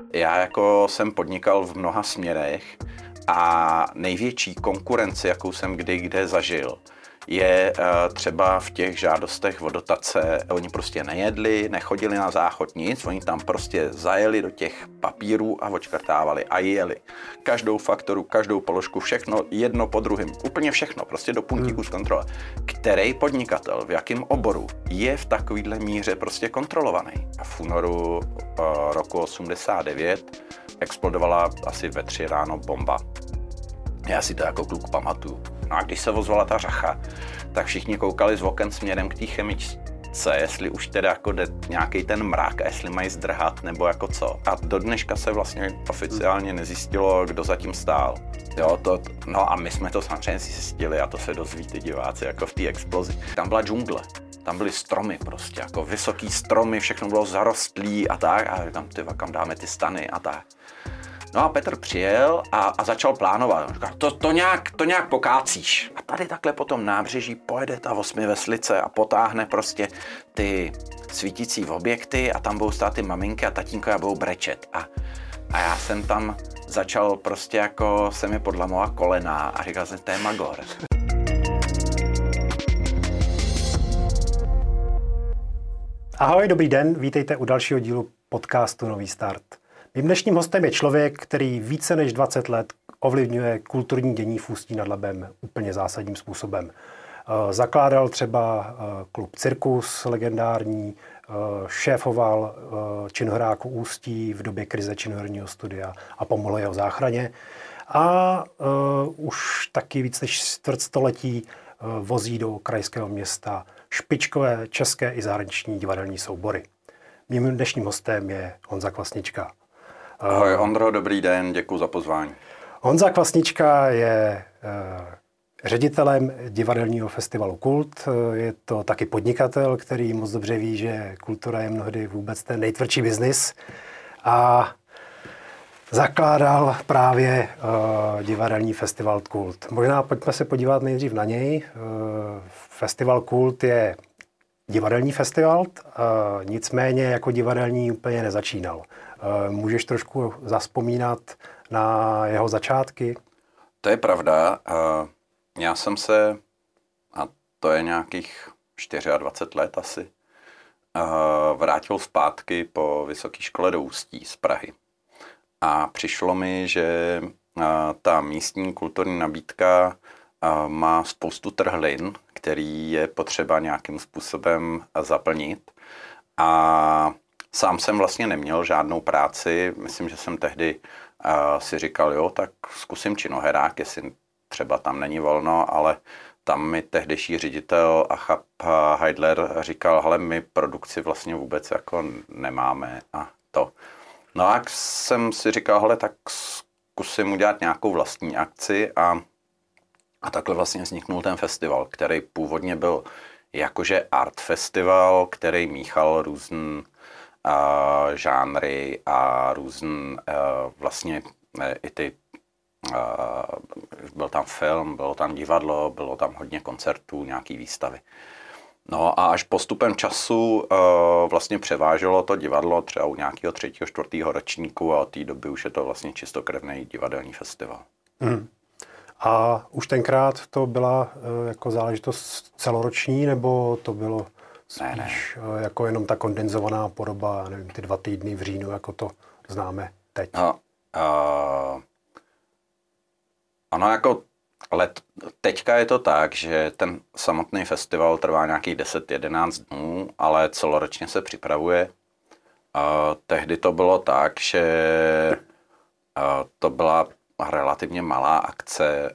Já jako jsem podnikal v mnoha směrech a největší konkurenci, jakou jsem kde zažil, je třeba v těch žádostech o dotace. Oni prostě nejedli, nechodili na záchod nic, oni tam prostě zajeli do těch papírů a odškrtávali a jeli. Každou faktoru, každou položku, všechno jedno po druhém, úplně všechno, prostě do puntíku zkontrolovat. Který podnikatel, v jakém oboru je v takovýhle míře prostě kontrolovaný? A v únoru roku 89 explodovala asi ve 3 ráno bomba. Já si to jako kluk pamatuju. No a když se ozvala ta řacha, tak všichni koukali z oken směrem k té chemičce, jestli už teda jako jde nějaký ten mrak a jestli mají zdrhat nebo jako co. A do dneška se vlastně oficiálně nezjistilo, kdo zatím stál. Jo, no a my jsme to samozřejmě zjistili a to se dozví ty diváci jako v té explozi. Tam byla džungle. Tam byly stromy prostě, jako vysoký stromy, všechno bylo zarostlý a tak. A tam kam dáme ty stany a tak. No a Petr přijel a začal plánovat. Říkal, to nějak pokácíš. A tady takhle po tom nábřeží pojede ta 8 veslice a potáhne prostě ty svítící objekty a tam budou stát ty maminky a tatínko a budou brečet. A já jsem tam začal prostě jako se mi podlamovala kolena a říkal jsem, to je magor. Ahoj, dobrý den, vítejte u dalšího dílu podcastu Nový start. Mým dnešním hostem je člověk, který více než 20 let ovlivňuje kulturní dění v Ústí nad Labem úplně zásadním způsobem. Zakládal třeba klub Cirkus legendární, šéfoval činohráku Ústí v době krize činoherního studia a pomohl jeho záchraně. A už taky víc než čtvrtstoletí vozí do krajského města špičkové české i zahraniční divadelní soubory. Mým dnešním hostem je Honza Kvasnička. Ahoj Ondro, dobrý den, děkuji za pozvání. Honza Kvasnička je ředitelem divadelního festivalu Kult. Je to taky podnikatel, který moc dobře ví, že kultura je mnohdy vůbec ten nejtvrdší biznis. A zakládal právě divadelní festival Kult. Možná pojďme se podívat nejdřív na něj. Festival Kult je divadelní festival, nicméně jako divadelní úplně nezačínal. Můžeš trošku zavzpomínat na jeho začátky? To je pravda. Já jsem se, a to je nějakých 24 let asi, vrátil zpátky po vysoké škole do Ústí z Prahy. A přišlo mi, že ta místní kulturní nabídka má spoustu trhlin, který je potřeba nějakým způsobem zaplnit. A sám jsem vlastně neměl žádnou práci. Myslím, že jsem tehdy si říkal, jo, tak zkusím činoherák, jestli třeba tam není volno, ale tam mi tehdejší ředitel Achab Heidler říkal, hele, my produkci vlastně vůbec jako nemáme a to. No a jsem si říkal, hele, tak zkusím udělat nějakou vlastní akci a takhle vlastně vzniknul ten festival, který původně byl jakože art festival, který míchal různé žánry a různé vlastně i ty, byl tam film, bylo tam divadlo, bylo tam hodně koncertů, nějaký výstavy. No a až postupem času vlastně převáželo to divadlo třeba u nějakého 3., 4. ročníku a od té doby už je to vlastně čistokrevný divadelní festival. A už tenkrát to byla jako záležitost celoroční, nebo to bylo spíš jako jenom ta kondenzovaná podoba, nevím, ty 2 týdny v říjnu, jako to známe teď? Ano, jako teďka je to tak, že ten samotný festival trvá nějakých 10-11 dnů, ale celoročně se připravuje. Tehdy to bylo tak, že to byla relativně malá akce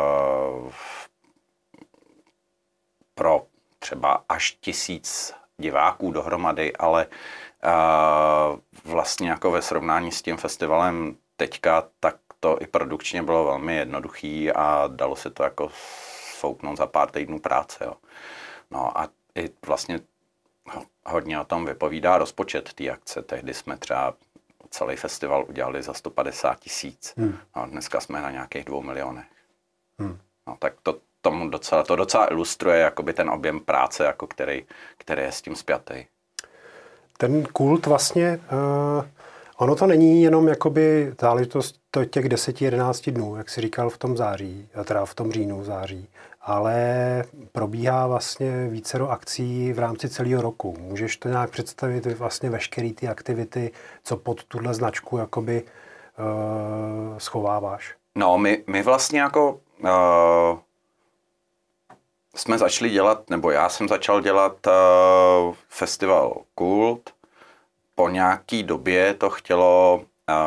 pro třeba až 1000 diváků dohromady, ale vlastně jako ve srovnání s tím festivalem teďka, tak to i produkčně bylo velmi jednoduchý a dalo se to jako sfouknout za pár týdnů práce. Jo. No a i vlastně hodně o tom vypovídá rozpočet té akce. Tehdy jsme třeba celý festival udělali za 150 000. No, dneska jsme na nějakých 2 milionech. No, tak to docela ilustruje jakoby ten objem práce, jako který je s tím spjatý. Ten Kult vlastně, Ono to není jenom jakoby záležitost těch 10-11 dnů, jak jsi říkal v tom září, teda v tom říjnu, září, ale probíhá vlastně vícero akcí v rámci celého roku. Můžeš to nějak představit vlastně veškeré ty aktivity, co pod tuhle značku jakoby schováváš? No, my vlastně jako jsme začali dělat, nebo já jsem začal dělat festival Kult. Po nějaký době to chtělo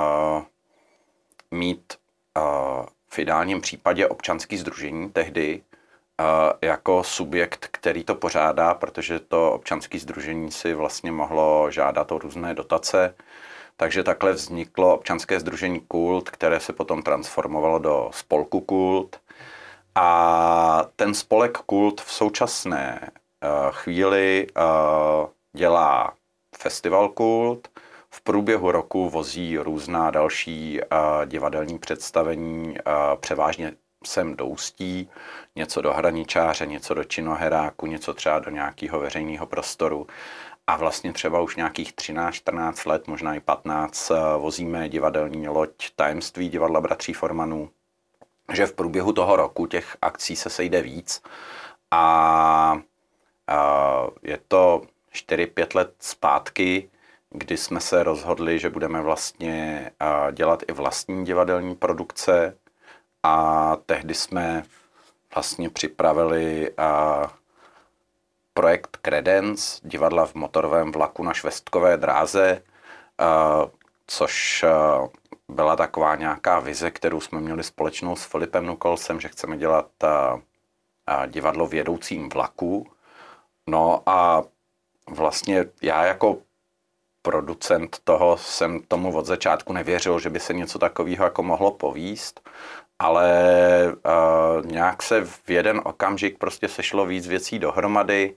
mít v ideálním případě občanský sdružení tehdy jako subjekt, který to pořádá, protože to občanské sdružení si vlastně mohlo žádat o různé dotace. Takže takhle vzniklo občanské sdružení Kult, které se potom transformovalo do spolku Kult. A ten spolek Kult v současné chvíli dělá festival Kult. V průběhu roku vozí různá další divadelní představení, převážně sem do Ústí, něco do Hraničáře, něco do Činoheráku, něco třeba do nějakého veřejného prostoru. A vlastně třeba už nějakých 13-14 let, možná i 15, vozíme divadelní loď Tajemství divadla bratří Formanů, že v průběhu toho roku těch akcí se sejde víc a je to 4-5 let zpátky, kdy jsme se rozhodli, že budeme vlastně dělat i vlastní divadelní produkce a tehdy jsme vlastně připravili projekt Credence, divadla v motorovém vlaku na švestkové dráze, což byla taková nějaká vize, kterou jsme měli společnou s Filipem Nukolsem, že chceme dělat divadlo v jedoucím vlaku. No a vlastně já jako producent toho jsem tomu od začátku nevěřil, že by se něco takového jako mohlo povíst, ale nějak se v jeden okamžik prostě sešlo víc věcí dohromady.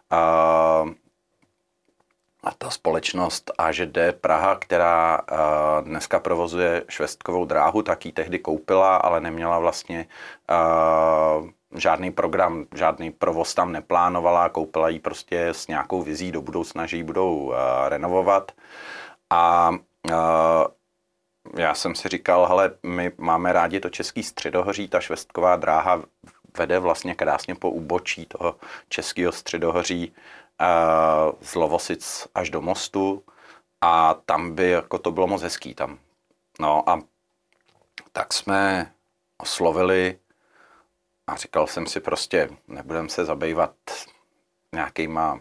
A ta společnost AŽD Praha, která dneska provozuje švestkovou dráhu, tak ji tehdy koupila, ale neměla vlastně žádný program, žádný provoz tam neplánovala, koupila ji prostě s nějakou vizí do budoucna, že ji budou renovovat. A já jsem si říkal, hele, my máme rádi to český středohoří, ta švestková dráha vede vlastně krásně po úbočí toho českého středohoří z Lovosic až do Mostu a tam by jako to bylo moc hezký tam. No a tak jsme oslovili a říkal jsem si prostě, nebudem se zabývat nějakýma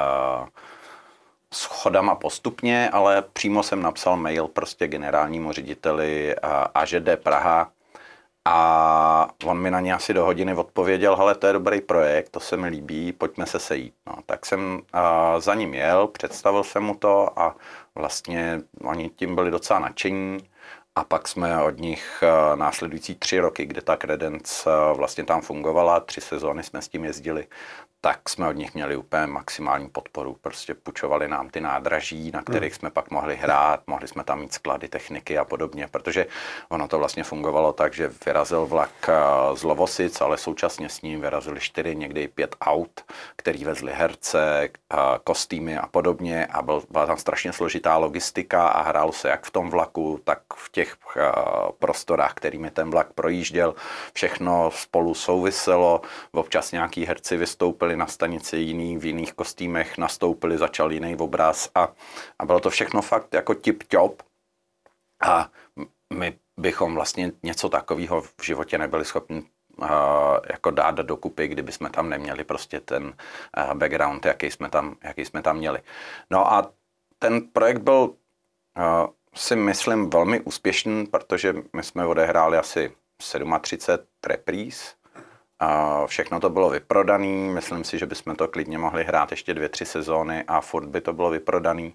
schodama postupně, ale přímo jsem napsal mail prostě generálnímu řediteli AŽD Praha a on mi na ně asi do hodiny odpověděl, hele, to je dobrý projekt, to se mi líbí, pojďme se sejít. No, tak jsem za ním jel, představil jsem mu to a vlastně oni tím byli docela nadšení. A pak jsme od nich následující 3 roky, kde ta Credence vlastně tam fungovala, 3 sezóny jsme s tím jezdili, tak jsme od nich měli úplně maximální podporu. Prostě půjčovali nám ty nádraží, na kterých jsme pak mohli hrát, mohli jsme tam mít sklady techniky a podobně, protože ono to vlastně fungovalo tak, že vyrazil vlak z Lovosic, ale současně s ním vyrazili 4, někdy i 5 aut, který vezli herce, kostýmy a podobně a byla tam strašně složitá logistika a hrálo se jak v tom vlaku, tak v těch prostorách, kterými ten vlak projížděl. Všechno spolu souviselo, občas nějaký herci vystoupili na stanici jiný, v jiných kostýmech nastoupili, začal jiný obraz a bylo to všechno fakt jako tip-top a my bychom vlastně něco takového v životě nebyli schopni jako dát dokupy, kdyby jsme tam neměli prostě ten background, jaký jsme tam měli. No a ten projekt byl si myslím velmi úspěšný, protože my jsme odehráli asi 37 repríz. Všechno to bylo vyprodaný, myslím si, že bychom to klidně mohli hrát ještě 2-3 sezóny a furt by to bylo vyprodaný.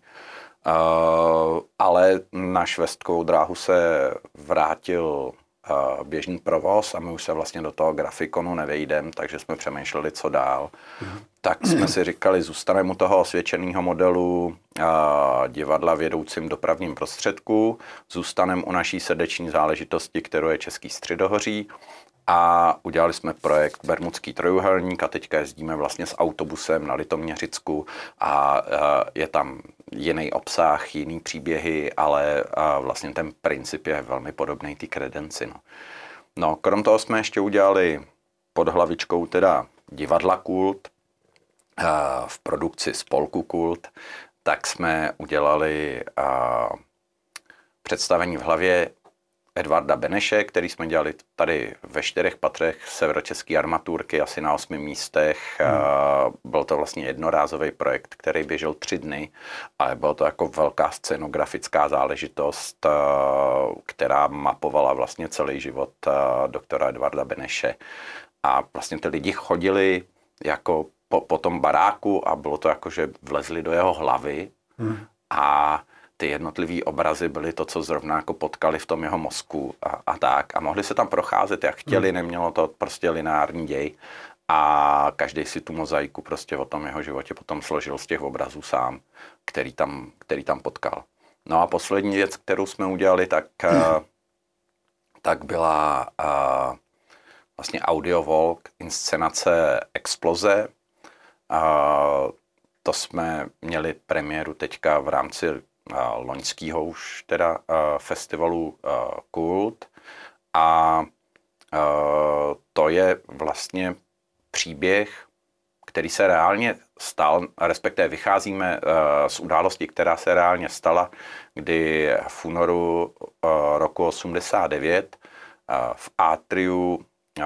Ale na švestkovou dráhu se vrátil běžný provoz a my už se vlastně do toho grafikonu nevejdem, takže jsme přemýšleli, co dál. Tak jsme si říkali, zůstaneme u toho osvědčeného modelu divadla v jedoucím dopravním prostředku, zůstaneme u naší srdeční záležitosti, kterou je Český středohoří A udělali jsme projekt Bermudský trojúhelník a teďka jezdíme vlastně s autobusem na Litoměřicku a je tam jiný obsah, jiný příběhy, ale vlastně ten princip je velmi podobný té Kredenci. No, krom toho jsme ještě udělali pod hlavičkou teda divadla Kult, v produkci spolku Kult, tak jsme udělali představení v hlavě Edvarda Beneše, který jsme dělali tady ve 4 patrech severočeské armatúrky, asi na 8 místech. Byl to vlastně jednorázový projekt, který běžel 3 dny, ale bylo to jako velká scenografická záležitost, která mapovala vlastně celý život doktora Edvarda Beneše. A vlastně ty lidi chodili jako po tom baráku a bylo to jako, že vlezli do jeho hlavy a ty jednotlivý obrazy byly to, co zrovna jako potkali v tom jeho mozku a tak. A mohli se tam procházet, jak chtěli, nemělo to prostě lineární děj. A každý si tu mozaiku prostě o tom jeho životě potom složil z těch obrazů sám, který tam potkal. No a poslední věc, kterou jsme udělali, tak byla vlastně audio walk, inscenace Exploze. To jsme měli premiéru teďka v rámci loňského už teda festivalu Kult a to je vlastně příběh, který se reálně stal, respektive vycházíme z události, která se reálně stala, kdy v únoru roku 89 v atriu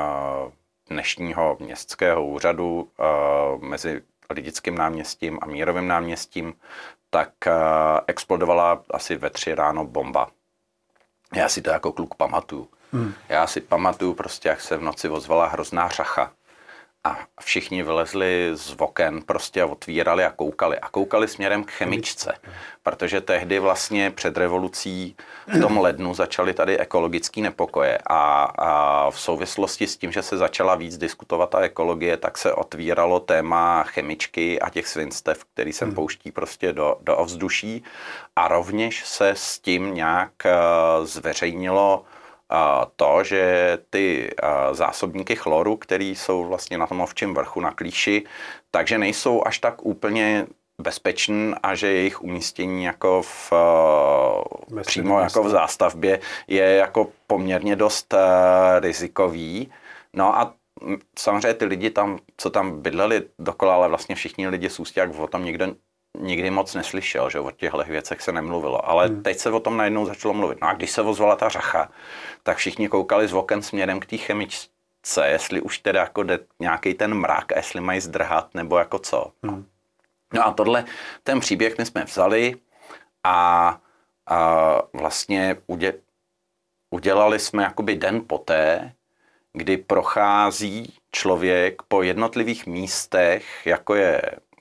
dnešního městského úřadu mezi Lidickým náměstím a Mírovým náměstím tak explodovala asi ve 3 ráno bomba. Já si to jako kluk pamatuju. Já si pamatuju prostě, jak se v noci ozvala hrozná řacha. A všichni vylezli z oken prostě a otvírali a koukali. A koukali směrem k chemičce. Protože tehdy vlastně před revolucí v tom lednu začaly tady ekologické nepokoje. A v souvislosti s tím, že se začala víc diskutovat ta ekologie, tak se otvíralo téma chemičky a těch svinstev, který se pouští prostě do ovzduší. A rovněž se s tím nějak zveřejnilo to, že ty zásobníky chloru, které jsou vlastně na tom ovčím vrchu na Klíši, takže nejsou až tak úplně bezpečný a že jejich umístění jako přímo jako v zástavbě je jako poměrně dost rizikový. No a samozřejmě ty lidi tam, co tam bydleli dokola, ale vlastně všichni lidi z Ústěk o tom nikdy moc neslyšel, že o těchto věcech se nemluvilo. Ale teď se o tom najednou začalo mluvit. No a když se ozvala ta řacha, tak všichni koukali z oken směrem k té chemičce, jestli už teda jako jde nějaký ten mrak, a jestli mají zdrhat, nebo jako co. No a ten příběh my jsme vzali a vlastně udělali jsme jakoby den poté, kdy prochází člověk po jednotlivých místech, jako je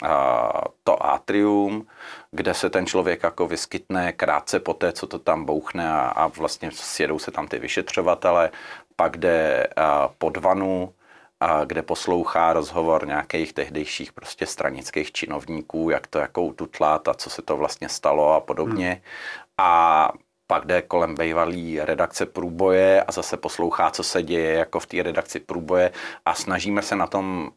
to atrium, kde se ten člověk jako vyskytne krátce poté, co to tam bouchne a vlastně sjedou se tam ty vyšetřovatele, pak jde pod vanu, kde poslouchá rozhovor nějakých tehdejších prostě stranických činovníků, jak to jako ututlat a co se to vlastně stalo a podobně. A pak jde kolem bývalý redakce Průboje a zase poslouchá, co se děje jako v té redakci Průboje a snažíme se na tom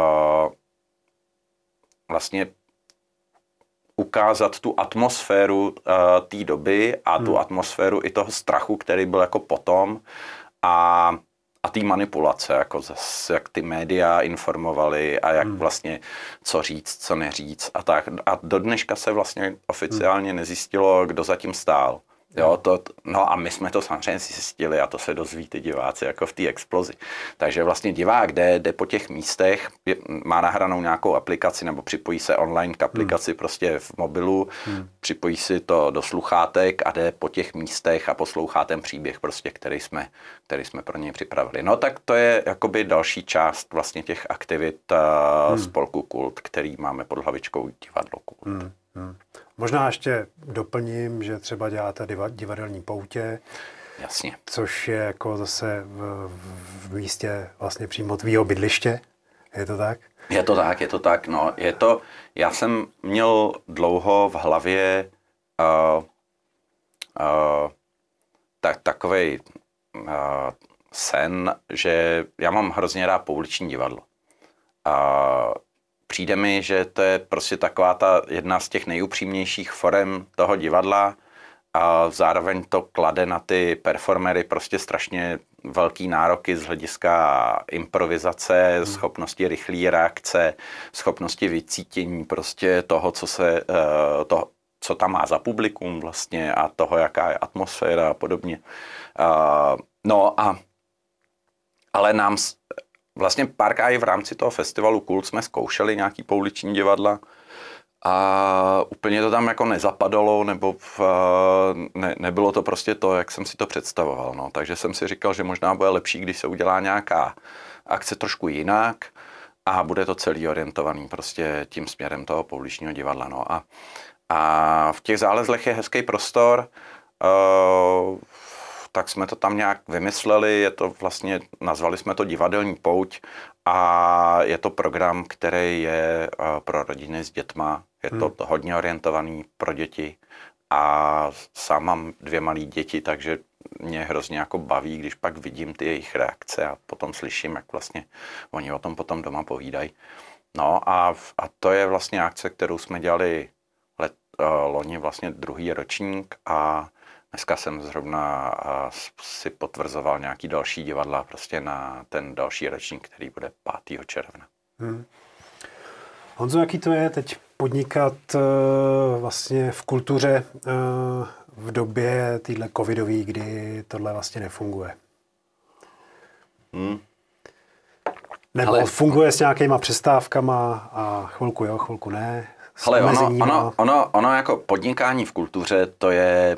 vlastně ukázat tu atmosféru té doby a tu atmosféru i toho strachu, který byl jako potom a té manipulace, jako zase, jak ty média informovaly a jak vlastně co říct, co neříct a tak. A do dneška se vlastně oficiálně nezjistilo, kdo zatím stál. Jo, no a my jsme to samozřejmě zjistili a to se dozví ty diváci jako v té Explozi. Takže vlastně divák jde po těch místech, má nahranou nějakou aplikaci nebo připojí se online k aplikaci prostě v mobilu, připojí si to do sluchátek a jde po těch místech a poslouchá ten příběh prostě, který jsme pro něj připravili. No tak to je jakoby další část vlastně těch aktivit spolku Kult, který máme pod hlavičkou divadlo Kult. Možná ještě doplním, že děláte divadelní poutě. Jasně. Což je jako zase v místě vlastně přímo tvýho bydliště. Je to tak? Je to tak, no. Já jsem měl dlouho v hlavě takovej sen, že já mám hrozně rád pouliční divadlo. A přijde mi, že to je prostě taková ta jedna z těch nejupřímnějších forem toho divadla a zároveň to klade na ty performery prostě strašně velký nároky z hlediska improvizace, schopnosti rychlé reakce, schopnosti vycítění prostě toho, co tam má za publikum vlastně a toho, jaká je atmosféra a podobně. Ale nám vlastně párkrát i v rámci toho festivalu Kult jsme zkoušeli nějaký pouliční divadla a úplně to tam jako nezapadalo, nebo nebylo to prostě to, jak jsem si to představoval. No. Takže jsem si říkal, že možná bude lepší, když se udělá nějaká akce trošku jinak a bude to celý orientovaný prostě tím směrem toho pouličního divadla. No. A v těch Zálezlech je hezký prostor, tak jsme to tam nějak vymysleli, je to vlastně, nazvali jsme to Divadelní pouť a je to program, který je pro rodiny s dětma, je to hodně orientovaný pro děti a sám mám 2 malé děti, takže mě hrozně jako baví, když pak vidím ty jejich reakce a potom slyším, jak vlastně oni o tom potom doma povídají. No a to je vlastně akce, kterou jsme dělali loni vlastně 2. ročník a dneska jsem zrovna si potvrzoval nějaký další divadla prostě na ten další ročník, který bude 5. června. Honzo, jaký to je teď podnikat vlastně v kultuře v době téhle covidové, kdy tohle vlastně nefunguje? Nebo funguje s nějakýma přestávkama a chvilku jo, chvilku ne? Ale ono jako podnikání v kultuře, to je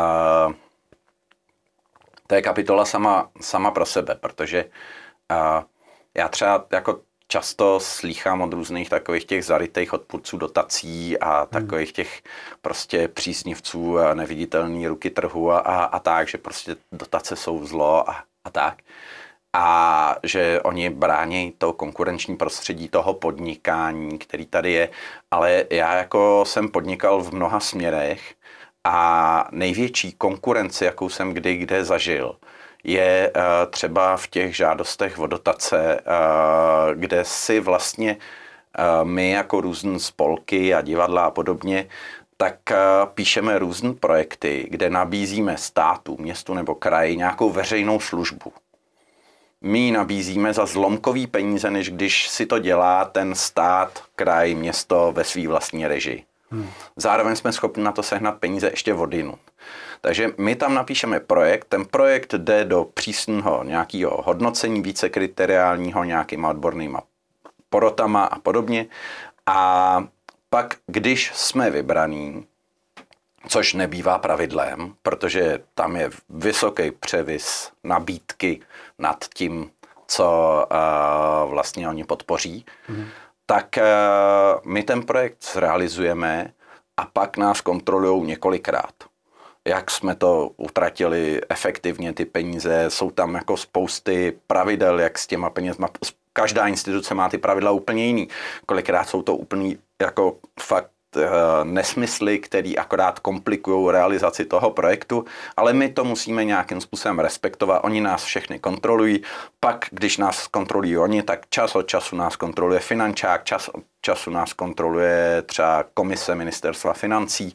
kapitola sama pro sebe, protože já třeba jako často slýchám od různých takových těch zarytých odpůrců dotací a takových těch prostě příznivců neviditelný ruky trhu a tak, že prostě dotace jsou zlo a tak. A že oni brání to konkurenční prostředí toho podnikání, který tady je, ale já jako jsem podnikal v mnoha směrech a největší konkurenci, jakou jsem kde zažil, je třeba v těch žádostech o dotace, kde si vlastně my jako různé spolky a divadla a podobně, tak píšeme různé projekty, kde nabízíme státu, městu nebo kraji nějakou veřejnou službu. My ji nabízíme za zlomkový peníze, než když si to dělá ten stát, kraj, město ve svý vlastní režii. Zároveň jsme schopni na to sehnat peníze ještě odinut. Takže my tam napíšeme projekt, ten projekt jde do přísného nějakého hodnocení, více kriteriálního, nějakýma odbornýma porotama a podobně. A pak, když jsme vybraní, což nebývá pravidlem, protože tam je vysoký převis nabídky nad tím, co vlastně oni podpoří, tak my ten projekt zrealizujeme a pak nás kontrolujou několikrát. Jak jsme to utratili efektivně, ty peníze, jsou tam jako spousty pravidel, jak s těma penězma, každá instituce má ty pravidla úplně jiný. Kolikrát jsou to úplný jako fakt nesmysly, které akorát komplikují realizaci toho projektu, ale my to musíme nějakým způsobem respektovat. Oni nás všechny kontrolují, pak když nás kontrolují oni, tak čas od času nás kontroluje finančák, čas od času nás kontroluje třeba komise ministerstva financí.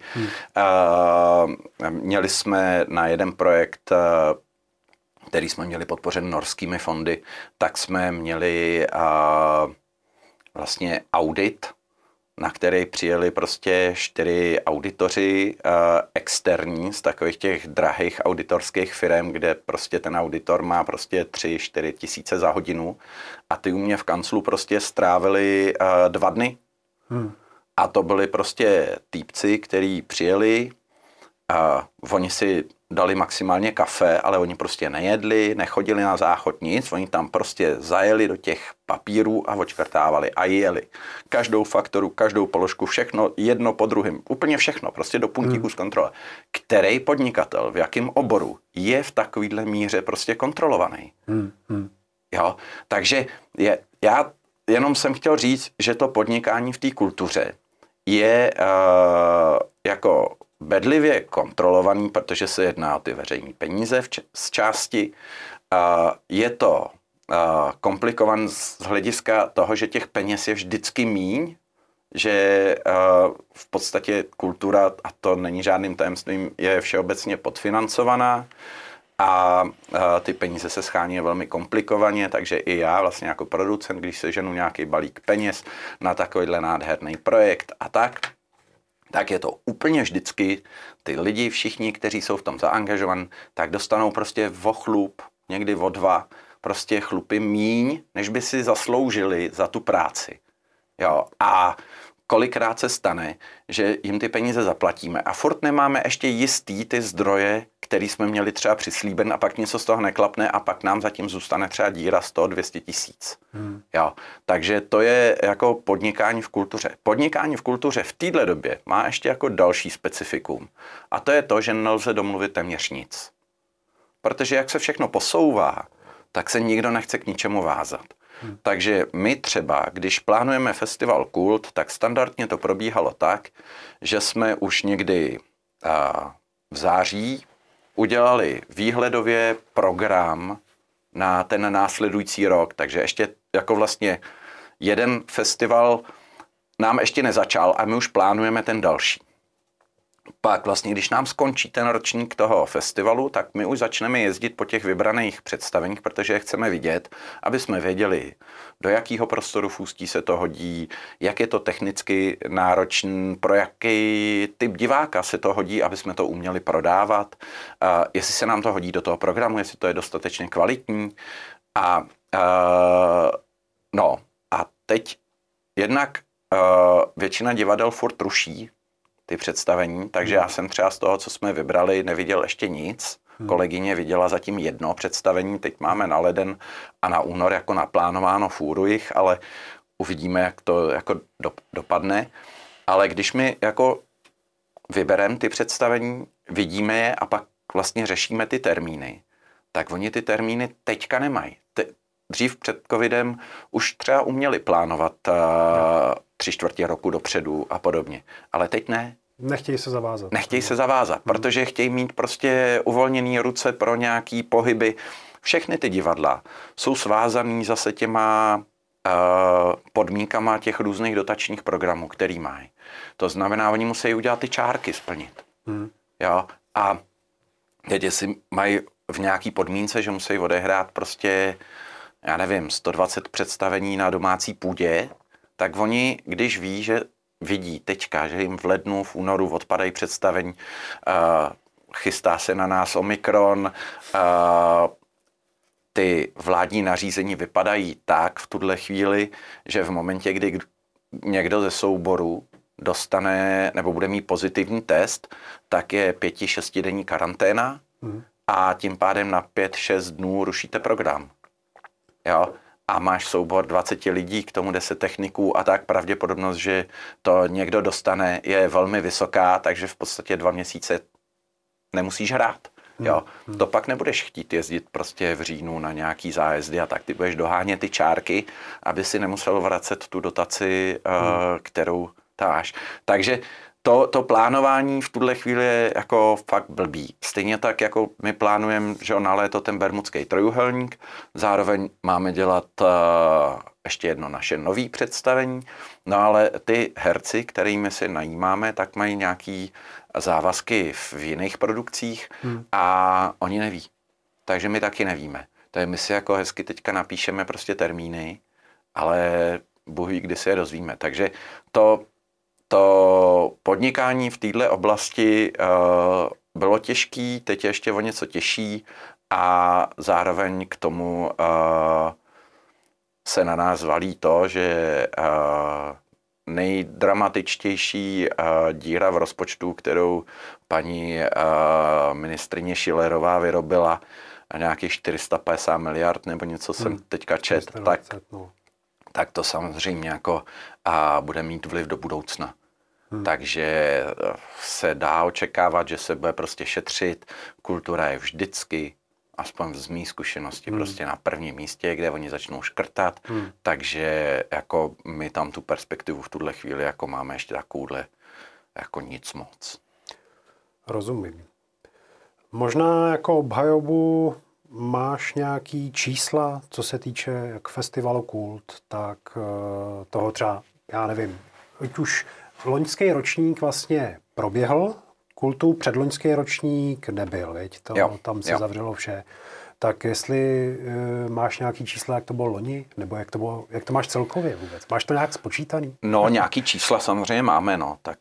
Měli jsme na jeden projekt, který jsme měli podpořen norskými fondy, tak jsme měli vlastně audit, na který přijeli prostě 4 auditoři externí z takových těch drahých auditorských firm, kde prostě ten auditor má prostě 3-4 tisíce za hodinu a ty u mě v kanclu prostě strávili 2 dny. A to byli prostě týpci, kteří přijeli a oni si dali maximálně kafe, ale oni prostě nejedli, nechodili na záchod nic, oni tam prostě zajeli do těch papírů a odškrtávali a jeli. Každou faktoru, každou položku, všechno jedno po druhém, úplně všechno, prostě do puntíku zkontrolovat. Který podnikatel, v jakém oboru je v takovýhle míře prostě kontrolovaný. Jo? Takže já jenom jsem chtěl říct, že to podnikání v té kultuře je jako bedlivě kontrolovaný, protože se jedná o ty veřejné peníze z části. Je to komplikované z hlediska toho, že těch peněz je vždycky míň, že v podstatě kultura, a to není žádným tajemstvím, je všeobecně podfinancovaná a ty peníze se schání velmi komplikovaně, takže i já vlastně jako producent, když seženu nějaký balík peněz na takovýhle nádherný projekt a tak je to úplně vždycky, ty lidi všichni, kteří jsou v tom zaangažovaní, tak dostanou prostě o chlup, někdy o 2, prostě chlupy míň, než by si zasloužili za tu práci. Jo, a kolikrát se stane, že jim ty peníze zaplatíme a furt nemáme ještě jistý ty zdroje, který jsme měli třeba přislíben a pak něco z toho neklapne a pak nám zatím zůstane třeba díra 100-200 tisíc. Jo, takže to je jako podnikání v kultuře. Podnikání v kultuře v této době má ještě jako další specifikum a to je to, že nelze domluvit téměř nic. Protože jak se všechno posouvá, tak se nikdo nechce k ničemu vázat. Takže my třeba, když plánujeme festival Kult, tak standardně to probíhalo tak, že jsme už někdy v září udělali výhledově program na ten následující rok. Takže ještě jako vlastně jeden festival nám ještě nezačal a my už plánujeme ten další. Pak vlastně, když nám skončí ten ročník toho festivalu, tak my už začneme jezdit po těch vybraných představeních, protože je chceme vidět, aby jsme věděli, do jakého prostoru v Ústí se to hodí, jak je to technicky náročný, pro jaký typ diváka se to hodí, aby jsme to uměli prodávat, jestli se nám to hodí do toho programu, jestli to je dostatečně kvalitní. A teď jednak většina divadel furt ruší ty představení, takže já jsem třeba z toho, co jsme vybrali, neviděl ještě nic. Kolegyně viděla zatím 1 představení, teď máme na leden a na únor jako naplánováno fůru jich, ale uvidíme, jak to jako dopadne. Ale když my jako vybereme ty představení, vidíme je a pak vlastně řešíme ty termíny, tak oni ty termíny teďka nemají. Dřív před covidem už třeba uměli plánovat 3/4 roku dopředu a podobně. Ale teď ne. Nechtějí se zavázat. Protože chtějí mít prostě uvolněné ruce pro nějaký pohyby. Všechny ty divadla jsou svázaný zase těma podmínkama těch různých dotačních programů, který mají. To znamená, oni musí udělat ty čárky splnit. Jo? A teď jestli mají v nějaký podmínce, že musí odehrát prostě, já nevím, 120 představení na domácí půdě, tak oni, když vidí teďka, že jim v lednu, v únoru odpadají představení, chystá se na nás Omikron, ty vládní nařízení vypadají tak v tuhle chvíli, že v momentě, kdy někdo ze souboru dostane nebo bude mít pozitivní test, tak je 5-6 denní karanténa a tím pádem na 5-6 dnů rušíte program. Jo? A máš soubor 20 lidí, k tomu 10 techniků a tak pravděpodobnost, že to někdo dostane, je velmi vysoká, takže v podstatě 2 měsíce nemusíš hrát. Jo. To pak nebudeš chtít jezdit prostě v říjnu na nějaký zájezdy a tak ty budeš dohánět ty čárky, aby si nemusel vracet tu dotaci, kterou máš. Takže to plánování v tuhle chvíli je jako fakt blbý. Stejně tak, jako my plánujeme, že na léto ten bermudský trojuhelník, zároveň máme dělat ještě jedno naše nový představení, no ale ty herci, kterými si najímáme, tak mají nějaký závazky v jiných produkcích a oni neví. Takže my taky nevíme. Takže my si jako hezky teďka napíšeme prostě termíny, ale Bůh ví, kdy se je dozvíme. Takže to podnikání v této oblasti bylo těžký, teď je ještě o něco těžší a zároveň k tomu se na nás valí to, že nejdramatičtější díra v rozpočtu, kterou paní ministryně Schillerová vyrobila, nějakých 450 miliard nebo něco jsem teďka čet, tak to samozřejmě jako bude mít vliv do budoucna. Takže se dá očekávat, že se bude prostě šetřit. Kultura je vždycky, aspoň z mý zkušenosti, prostě na prvním místě, kde oni začnou škrtat. Takže jako my tam tu perspektivu v tuhle chvíli jako máme ještě takovouhle jako nic moc. Rozumím. Možná jako obhajobu máš nějaký čísla, co se týče jak festivalu Kult, tak toho třeba, já nevím, už loňský ročník vlastně proběhl, Kultu předloňský ročník nebyl, viď? Tam se zavřelo vše. Tak jestli máš nějaký čísla, jak to bylo loni, nebo jak to máš celkově vůbec? Máš to nějak spočítaný? No, nějaký čísla samozřejmě máme, no. Tak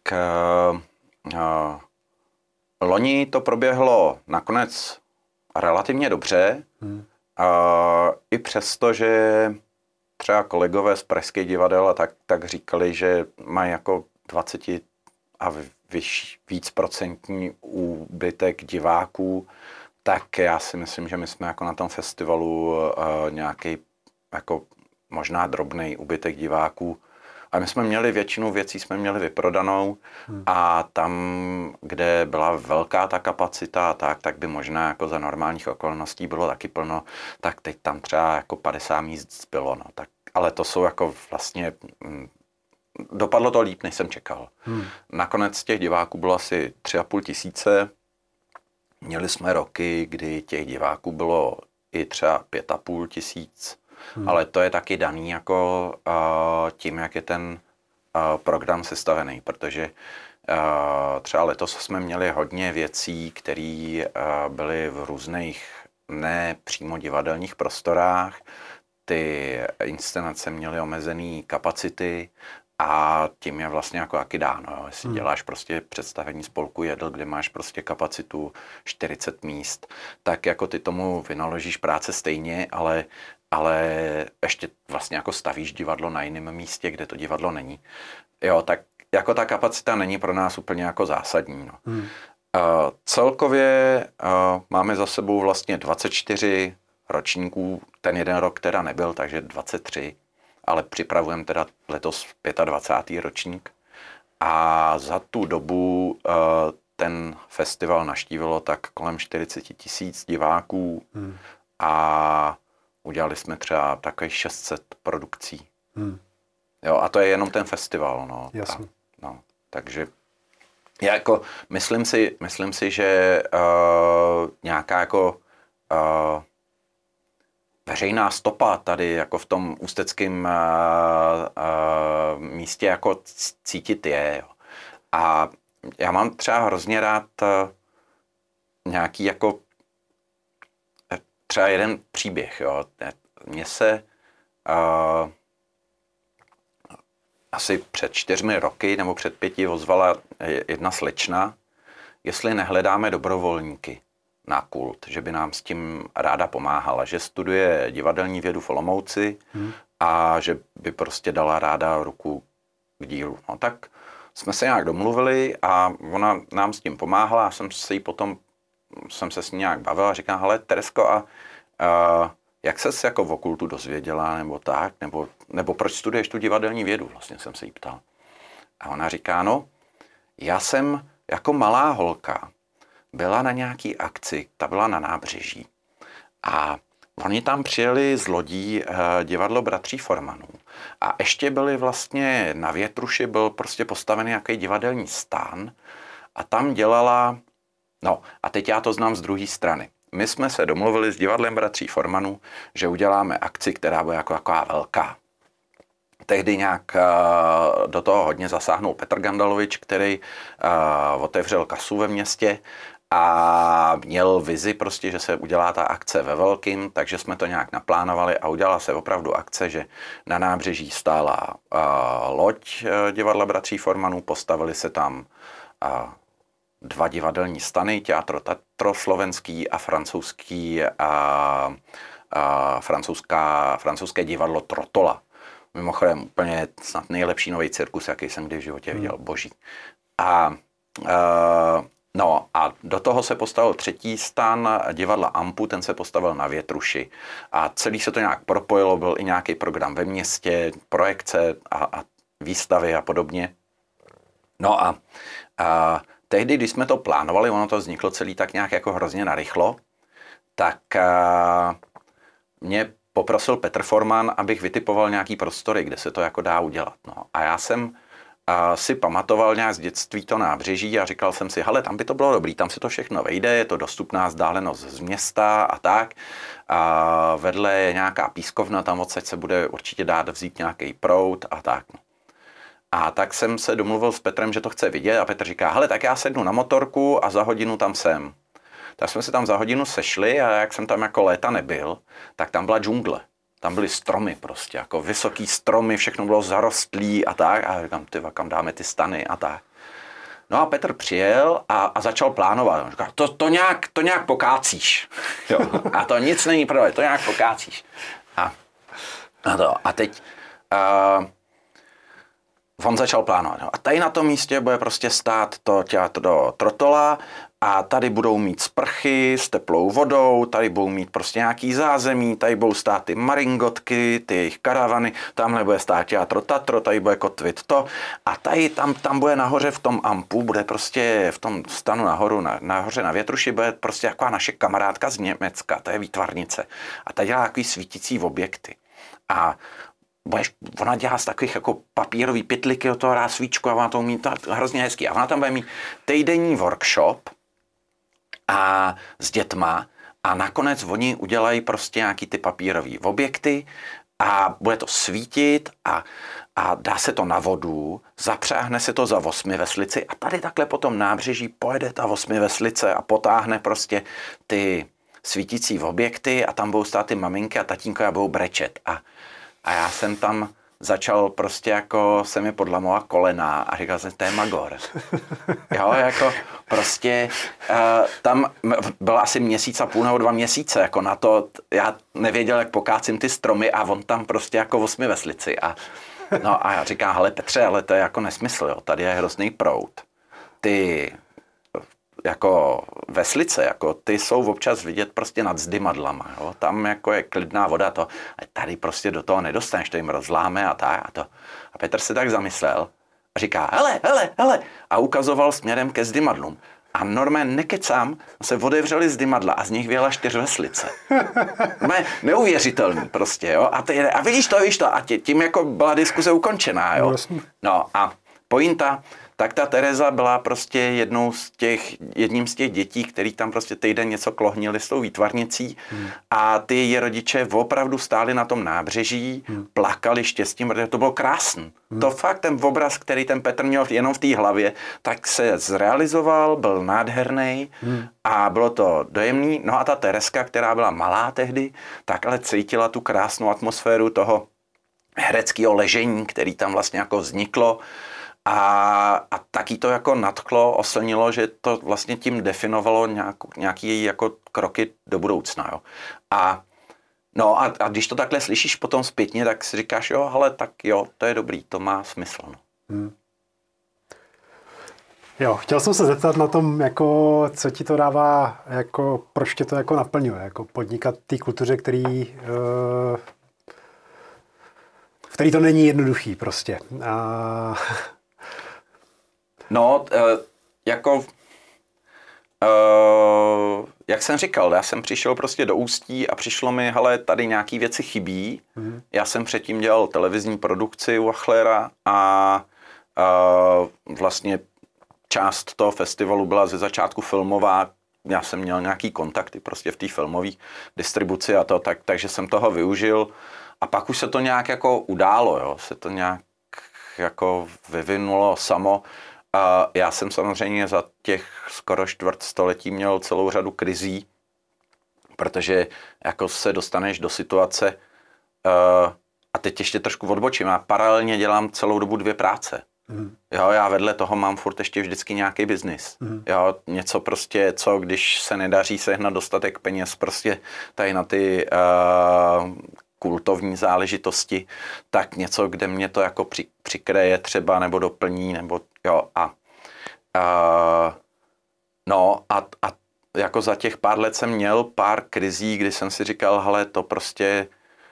loni to proběhlo nakonec relativně dobře. I přesto, že třeba kolegové z pražských divadel a tak říkali, že mají jako 20 a víc procentní úbytek diváků, tak já si myslím, že my jsme jako na tom festivalu nějaký jako možná drobný úbytek diváků. A my jsme měli většinu věcí jsme měli vyprodanou a tam, kde byla velká ta kapacita, tak by možná jako za normálních okolností bylo taky plno, tak teď tam třeba jako 50 míst bylo. No. Tak, ale to jsou jako vlastně, dopadlo to líp, než jsem čekal. Nakonec těch diváků bylo asi 3,5 tisíce. Měli jsme roky, kdy těch diváků bylo i třeba 5,5 tisíc. Ale to je taky daný jako tím, jak je ten program sestavený, protože třeba letos jsme měli hodně věcí, které byly v různých ne přímo divadelních prostorách. Ty inscenace měly omezené kapacity a tím je vlastně jako taky dáno. Jestli děláš prostě představení spolku Jedl, kde máš prostě kapacitu 40 míst, tak jako ty tomu vynaložíš práce stejně, ale ještě vlastně jako stavíš divadlo na jiném místě, kde to divadlo není. Jo, tak jako ta kapacita není pro nás úplně jako zásadní. No. Celkově máme za sebou vlastně 24 ročníků, ten jeden rok teda nebyl, takže 23, ale připravujeme teda letos 25. ročník. A za tu dobu ten festival navštívilo tak kolem 40 tisíc diváků a udělali jsme třeba takových 600 produkcí. Jo, a to je jenom ten festival. No. Jasně. Takže já jako myslím si, že nějaká jako veřejná stopa tady jako v tom ústeckém místě jako cítit je. Jo. A já mám třeba hrozně rád nějaký jako třeba jeden příběh. Jo. Mně se asi před 4 roky nebo před 5 ozvala jedna slečna, jestli nehledáme dobrovolníky na Kult, že by nám s tím ráda pomáhala, že studuje divadelní vědu v Olomouci a že by prostě dala ráda ruku k dílu. No tak jsme se nějak domluvili a ona nám s tím pomáhala a jsem se s ní nějak bavil a říkám, hele Teresko, a jak ses jako o Kultu dozvěděla, nebo tak, nebo proč studuješ tu divadelní vědu, vlastně jsem se jí ptal. A ona říká, no, já jsem jako malá holka byla na nějaký akci, ta byla na nábřeží. A oni tam přijeli z lodí divadlo Bratří Formanů. A ještě byli vlastně na Větruši, byl prostě postavený nějaký divadelní stán a tam dělala, no a teď já to znám z druhé strany. My jsme se domluvili s divadlem Bratří Formanů, že uděláme akci, která bude jako taková velká. Tehdy nějak do toho hodně zasáhnul Petr Gandalovič, který otevřel kasu ve městě a měl vizi prostě, že se udělá ta akce ve velkým, takže jsme to nějak naplánovali a udělala se opravdu akce, že na nábřeží stála loď divadla Bratří Formanů, postavili se tam 2 divadelní stany, Teatro Tatro slovenský a francouzské divadlo Trotola. Mimochodem úplně snad nejlepší nový cirkus, jaký jsem kdy v životě viděl, boží. No a do toho se postavil 3. stan divadla Ampu, ten se postavil na Větruši. A celý se to nějak propojilo, byl i nějaký program ve městě, projekce a výstavy a podobně. No a tehdy, když jsme to plánovali, ono to vzniklo celý tak nějak jako hrozně narychlo, tak mě poprosil Petr Forman, abych vytipoval nějaký prostory, kde se to jako dá udělat. No. A já jsem si pamatoval nějak z dětství to nábřeží a říkal jsem si, hele, tam by to bylo dobrý, tam si to všechno vejde, je to dostupná vzdálenost z města a tak. A vedle je nějaká pískovna, tam odsaď se bude určitě dát vzít nějaký proud a tak. A tak jsem se domluvil s Petrem, že to chce vidět a Petr říká, hele, tak já sednu na motorku a za hodinu tam jsem. Tak jsme se tam za hodinu sešli a jak jsem tam jako léta nebyl, tak tam byla džungle. Tam byly stromy prostě, jako vysoký stromy, všechno bylo zarostlý a tak. A říkám, ty, kam dáme ty stany a tak. No a Petr přijel a začal plánovat. Říkal, to nějak pokácíš. Jo. A to nic není pravda, to nějak pokácíš. A teď on začal plánovat. A tady na tom místě bude prostě stát to do trotola a tady budou mít sprchy s teplou vodou, tady budou mít prostě nějaký zázemí, tady budou stát ty maringotky, ty jejich karavany, tamhle bude stát teatro Tatro, tady bude kotvit to a tady tam bude nahoře v tom ampu, bude prostě v tom stanu nahoře na Větruši, bude prostě taková naše kamarádka z Německa, to je výtvarnice a ta dělá takový svítící objekty. A ona dělá z takových jako papírový pytliky, od toho dá svíčku a ona to umí hrozně hezky. A ona tam bude mít týdenní workshop a s dětma a nakonec oni udělají prostě nějaký ty papírový objekty a bude to svítit a dá se to na vodu, zapřáhne se to za osmiveslici a tady takhle po tom nábřeží pojede ta osmiveslice a potáhne prostě ty svítící objekty a tam budou stát ty maminky a tatínko a budou brečet. A já jsem tam začal prostě jako se mi podlamovala kolena a říkal jsem, to je magor. Jo, jako prostě tam byl asi měsíc a půl nebo 2 měsíce, jako na to, já nevěděl, jak pokácím ty stromy a on tam prostě jako osmiveslici. No a já říkám, hele Petře, ale to je jako nesmysl, jo, tady je hrozný proud. Ty jako veslice, jako ty jsou občas vidět prostě nad zdymadlama, jo? Tam jako je klidná voda, a tady prostě do toho nedostaneš, to jim rozláme a tak a to. A Petr se tak zamyslel a říká, hele, a ukazoval směrem ke zdymadlům. A normálně nekecám, se otevřeli zdymadla a z nich vyjela 4 veslice. Neuvěřitelný prostě, jo. A vidíš to, a tím jako byla diskuze ukončená, jo. No a pointa, tak ta Tereza byla prostě jedním z těch dětí, který tam prostě týden něco klohnili s tou výtvarnicí a ty její rodiče opravdu stáli na tom nábřeží, plakali štěstím, protože to bylo krásný. To fakt ten obraz, který ten Petr měl jenom v té hlavě, tak se zrealizoval, byl nádherný a bylo to dojemný. No a ta Tereska, která byla malá tehdy, tak ale cítila tu krásnou atmosféru toho hereckého ležení, který tam vlastně jako vzniklo. A taky to jako nadchlo, oslnilo, že to vlastně tím definovalo nějaký její jako kroky do budoucna. Jo. A když to takhle slyšíš potom zpětně, tak si říkáš, jo, hele, tak jo, to je dobrý, to má smysl. No. Jo, chtěl jsem se zeptat na tom, jako, co ti to dává, jako, proč tě to jako naplňuje, jako podnikat té kultuře, v který to není jednoduchý prostě. No, jak jsem říkal, já jsem přišel prostě do Ústí a přišlo mi, hele, tady nějaký věci chybí. Já jsem předtím dělal televizní produkci u Achlera a vlastně část toho festivalu byla ze začátku filmová. Já jsem měl nějaký kontakty prostě v té filmové distribuci a to, takže jsem toho využil. A pak už se to nějak jako událo, jo, se to nějak jako vyvinulo samo. A já jsem samozřejmě za těch skoro čtvrtstoletí měl celou řadu krizí, protože jako se dostaneš do situace a teď ještě trošku odbočím, já paralelně dělám celou dobu 2 práce. Jo, já vedle toho mám furt ještě vždycky nějaký biznis. Jo, něco prostě, co když se nedaří sehnat dostatek peněz prostě tady na ty kultovní záležitosti, tak něco, kde mě to jako přikryje třeba, nebo doplní, nebo jo, a jako za těch pár let jsem měl pár krizí, kdy jsem si říkal, hele, to prostě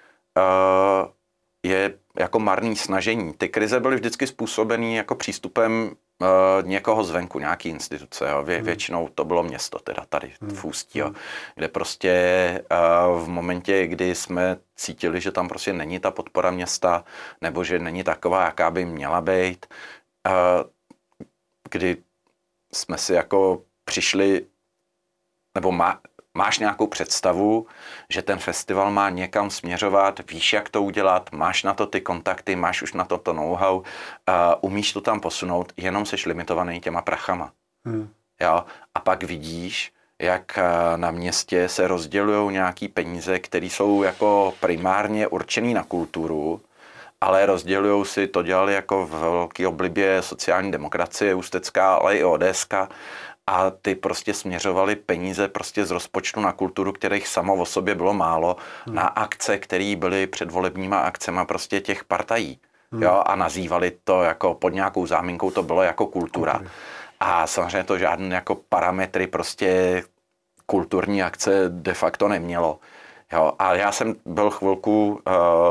je jako marný snažení. Ty krize byly vždycky způsobený jako přístupem někoho zvenku, nějaký instituce. Jo. Většinou to bylo město, teda tady v Ústí, jo, kde prostě v momentě, kdy jsme cítili, že tam prostě není ta podpora města, nebo že není taková, jaká by měla být, kdy jsme si jako přišli, nebo máš nějakou představu, že ten festival má někam směřovat, víš, jak to udělat, máš na to ty kontakty, máš už na to know-how, umíš to tam posunout, jenom seš limitovaný těma prachama. Jo? A pak vidíš, jak na městě se rozdělují nějaký peníze, které jsou jako primárně určený na kulturu, ale rozdělují si, to dělali jako v velké oblibě sociální demokracie, Ústecká, ale i ODSka, a ty prostě směřovali peníze prostě z rozpočtu na kulturu, kterých samo o sobě bylo málo, na akce, které byly předvolebníma akcema prostě těch partají. Jo? A nazývali to jako pod nějakou záminkou, to bylo jako kultura. A samozřejmě to žádné jako parametry prostě kulturní akce de facto nemělo. Jo? A já jsem byl chvilku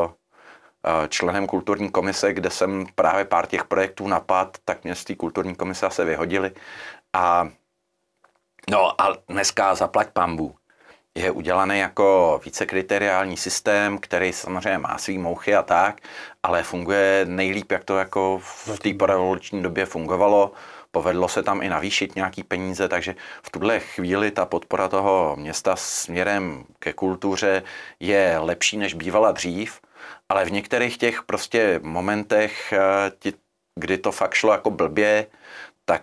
členem kulturní komise, kde jsem právě pár těch projektů napadl, tak mě z té kulturní komise se vyhodili. A dneska zaplať pambu je udělaný jako vícekriteriální systém, který samozřejmě má svý mouchy a tak, ale funguje nejlíp, jak to jako v té porevoluční době fungovalo. Povedlo se tam i navýšit nějaký peníze, takže v tuhle chvíli ta podpora toho města směrem ke kultuře je lepší, než bývala dřív, ale v některých těch prostě momentech, kdy to fakt šlo jako blbě, tak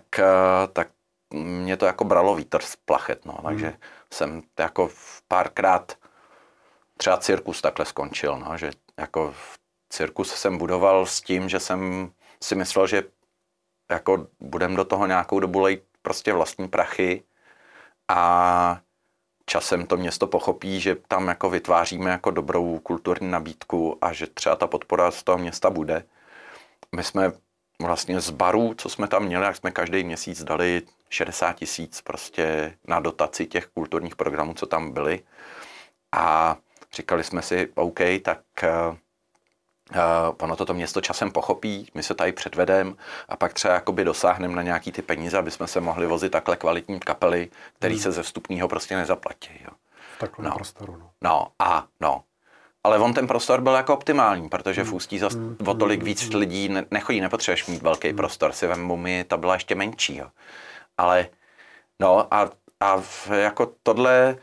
mě to jako bralo vítr z plachet, no, takže jsem jako párkrát třeba cirkus takhle skončil, no, že jako cirkus jsem budoval s tím, že jsem si myslel, že jako budem do toho nějakou dobu lejt prostě vlastní prachy a časem to město pochopí, že tam jako vytváříme jako dobrou kulturní nabídku a že třeba ta podpora z toho města bude. My jsme vlastně z barů, co jsme tam měli, jak jsme každý měsíc dali 60 000 prostě na dotaci těch kulturních programů, co tam byly. A říkali jsme si, OK, tak ono toto město časem pochopí, my se tady předvedeme a pak třeba jakoby dosáhneme na nějaký ty peníze, aby jsme se mohli vozit takhle kvalitní kapely, který se ze vstupního prostě nezaplatí. Jo. V takovém prostoru. Ale on ten prostor byl jako optimální, protože v Ústí zase o tolik víc lidí nechodí, nepotřebuješ mít velký prostor, si vemu mi, ta byla ještě menší. Jo. Ale jako tohle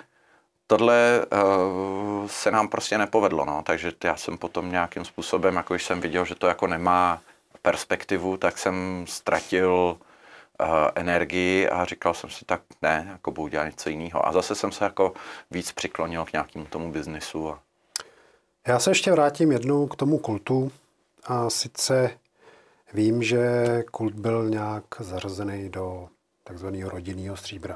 se nám prostě nepovedlo, no. Takže já jsem potom nějakým způsobem, jako když jsem viděl, že to jako nemá perspektivu, tak jsem ztratil energii a říkal jsem si, tak ne, jako budu dělat něco jiného. A zase jsem se jako víc přiklonil k nějakému tomu biznisu. Já se ještě vrátím jednou k tomu kultu a sice vím, že kult byl nějak zařazený do takzvaného rodinného stříbra.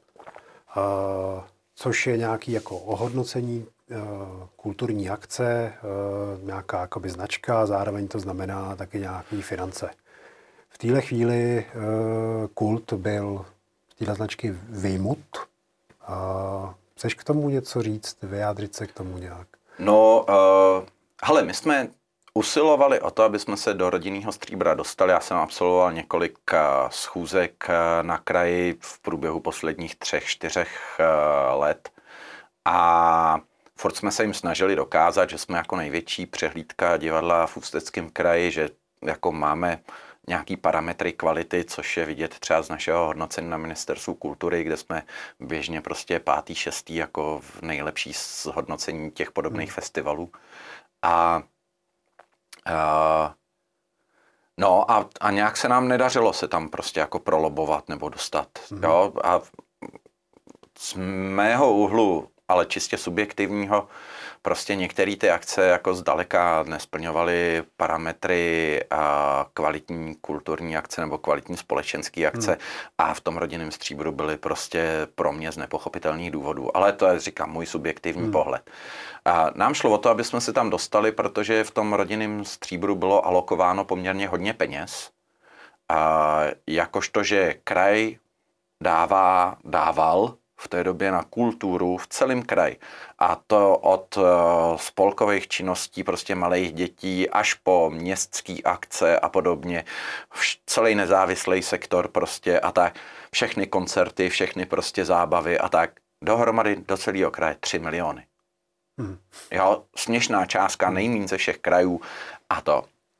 Což je nějaký jako ohodnocení kulturní akce, nějaká jakoby značka, zároveň to znamená taky nějaké finance. V téhle chvíli kult byl z téhle značky vyjmut. Chceš k tomu něco říct, vyjádřit se k tomu nějak? No, hele, my jsme usilovali o to, aby jsme se do rodinného stříbra dostali. Já jsem absolvoval několik schůzek na kraji v průběhu posledních 3-4 let a furt jsme se jim snažili dokázat, že jsme jako největší přehlídka divadla v Ústeckém kraji, že jako máme nějaký parametry kvality, což je vidět třeba z našeho hodnocení na Ministerstvu kultury, kde jsme běžně prostě 5., 6. jako v nejlepší hodnocení těch podobných festivalů. A nějak se nám nedařilo se tam prostě jako prolobovat nebo dostat. Jo? A z mého úhlu, ale čistě subjektivního, prostě některé ty akce jako zdaleka nesplňovaly parametry kvalitní kulturní akce nebo kvalitní společenské akce a v tom rodinném stříbru byly prostě pro mě z nepochopitelných důvodů. Ale to je, říkám, můj subjektivní pohled. A nám šlo o to, aby jsme se tam dostali, protože v tom rodinném stříbru bylo alokováno poměrně hodně peněz. Jakožto, že kraj dával v té době na kulturu v celém kraji. A to od spolkových činností prostě malých dětí až po městské akce a podobně. Celý nezávislý sektor prostě a tak. Všechny koncerty, všechny prostě zábavy a tak. Dohromady do celého kraje 3 miliony. Jo, směšná částka, nejméně ze všech krajů a to.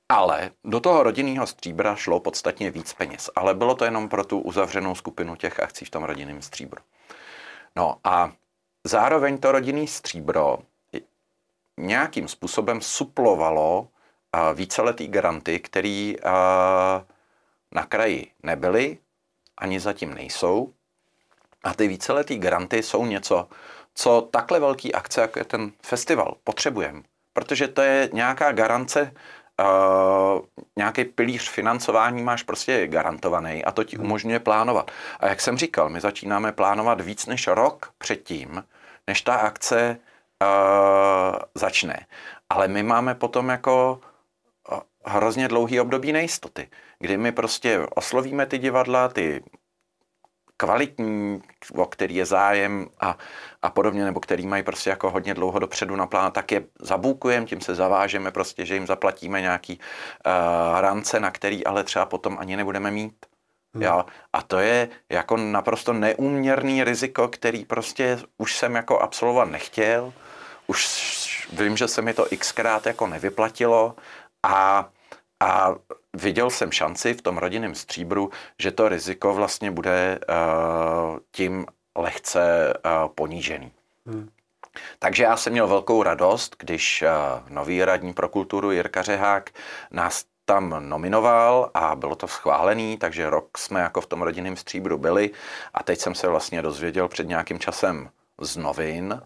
Ale do toho rodinného stříbra šlo podstatně víc peněz, ale bylo to jenom pro tu uzavřenou skupinu těch akcí v tom rodinném stříbru. No a zároveň to rodinné stříbro nějakým způsobem suplovalo víceletý granty, které na kraji nebyly, ani zatím nejsou. A ty víceletý granty jsou něco, co takhle velký akce, jako je ten festival, potřebujeme. Protože to je nějaká garance, nějaký pilíř financování máš prostě garantovaný a to ti umožňuje plánovat. A jak jsem říkal, my začínáme plánovat víc než rok předtím, než ta akce začne. Ale my máme potom jako hrozně dlouhý období nejistoty, kdy my prostě oslovíme ty divadla, ty kvalitní, o který je zájem a podobně, nebo který mají prostě jako hodně dlouho dopředu na plán, tak je zabukujeme, tím se zavážeme prostě, že jim zaplatíme nějaký rance, na který ale třeba potom ani nebudeme mít. Jo? A to je jako naprosto neúměrný riziko, který prostě už jsem jako absolvovat nechtěl, už vím, že se mi to xkrát jako nevyplatilo a viděl jsem šanci v tom rodinném stříbru, že to riziko vlastně bude tím lehce ponížený. Takže já jsem měl velkou radost, když nový radní pro kulturu Jirka Řehák nás tam nominoval a bylo to schválený, takže rok jsme jako v tom rodinném stříbru byli a teď jsem se vlastně dozvěděl před nějakým časem z novin,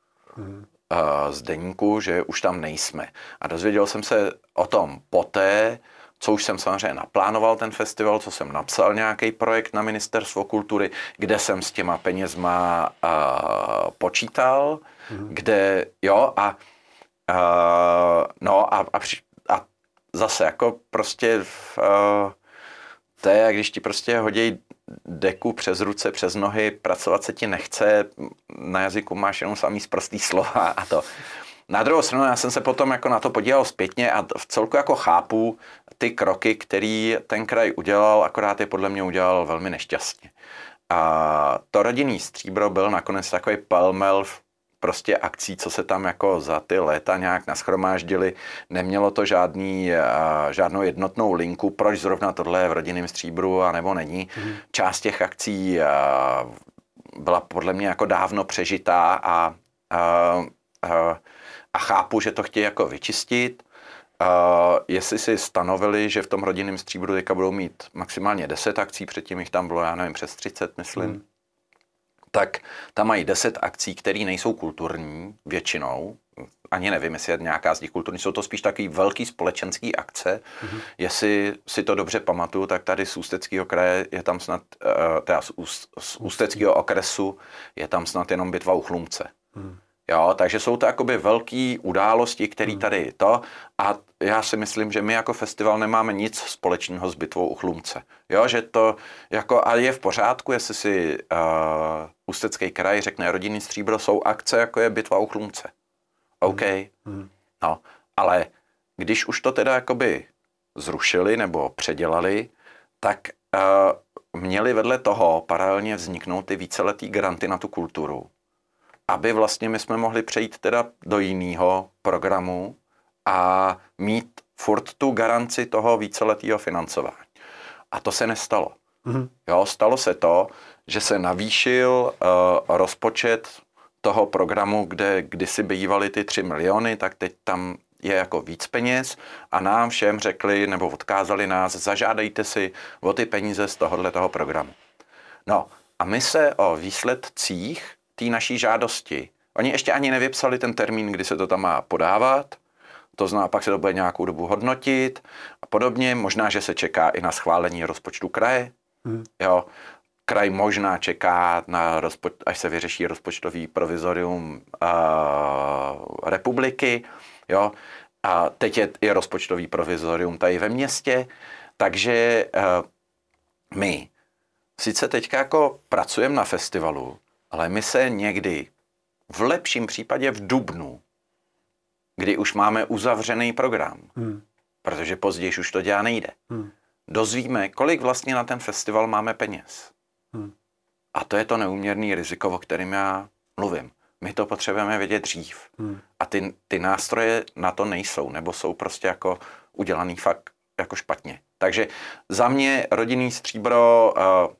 z deníku, že už tam nejsme. A dozvěděl jsem se o tom poté, co už jsem samozřejmě naplánoval ten festival, co jsem napsal nějaký projekt na Ministerstvo kultury, kde jsem s těma penězma počítal, kde, jo, a zase jako prostě to je, jak když ti prostě hodí deku přes ruce, přes nohy, pracovat se ti nechce, na jazyku máš jenom samý sprostý slova a to. Na druhou stranu já jsem se potom jako na to podíval zpětně a v celku jako chápu ty kroky, který ten kraj udělal, akorát je podle mě udělal velmi nešťastně. A to rodinný stříbro byl nakonec takový pelmel prostě akcí, co se tam jako za ty léta nějak nashromáždili. Nemělo to žádnou jednotnou linku, proč zrovna tohle je v rodinném stříbru a nebo není. Část těch akcí byla podle mě jako dávno přežitá a chápu, že to chtějí jako vyčistit. Jestli si stanovili, že v tom rodinném stříbru teďka budou mít maximálně 10 akcí, předtím jich tam bylo, já nevím, přes 30, myslím, tak tam mají 10 akcí, které nejsou kulturní většinou. Ani nevím, jestli je nějaká z nich kulturní. Jsou to spíš takový velký společenský akce. Jestli si to dobře pamatuju, tak tady z Ústeckého kraje je tam snad, teda z Ústeckého okresu je tam snad jenom bitva u Chlumce. Jo, takže jsou to jakoby velké události, které tady to a já si myslím, že my jako festival nemáme nic společného s bitvou u Chlumce. Jo, že to jako a je v pořádku, jestli si Ústecký kraj řekne rodinný stříbro, jsou akce, jako je bitva u Chlumce. OK. No, ale když už to teda jakoby zrušili nebo předělali, tak měli vedle toho paralelně vzniknout ty víceletý granty na tu kulturu, aby vlastně my jsme mohli přejít teda do jiného programu a mít furt tu garanci toho víceletého financování. A to se nestalo. Jo, stalo se to, že se navýšil rozpočet toho programu, kde kdysi bývaly ty 3 miliony, tak teď tam je jako víc peněz a nám všem řekli, nebo odkázali nás, zažádejte si o ty peníze z tohoto programu. No a my se o výsledcích té naší žádosti, oni ještě ani nevypsali ten termín, kdy se to tam má podávat, to znamená, pak se to bude nějakou dobu hodnotit a podobně, možná, že se čeká i na schválení rozpočtu kraje, jo. Kraj možná čeká na až se vyřeší rozpočtový provizorium republiky, jo. A teď je i rozpočtový provizorium tady ve městě, takže my sice teďka jako pracujeme na festivalu, ale my se někdy, v lepším případě v dubnu, kdy už máme uzavřený program, protože později už to dělat nejde, dozvíme, kolik vlastně na ten festival máme peněz. A to je to neúměrný riziko, o kterém já mluvím. My to potřebujeme vědět dřív. A ty nástroje na to nejsou, nebo jsou prostě jako udělaný fakt jako špatně. Takže za mě rodinný stříbro,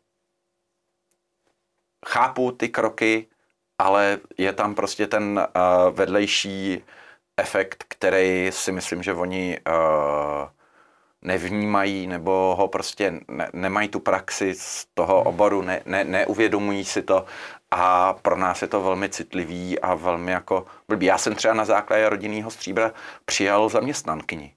chápu ty kroky, ale je tam prostě ten vedlejší efekt, který si myslím, že oni nevnímají nebo ho prostě nemají tu praxi z toho oboru, neuvědomují si to a pro nás je to velmi citlivý a velmi jako blbý. Já jsem třeba na základě rodinného stříbra přijal zaměstnankyni.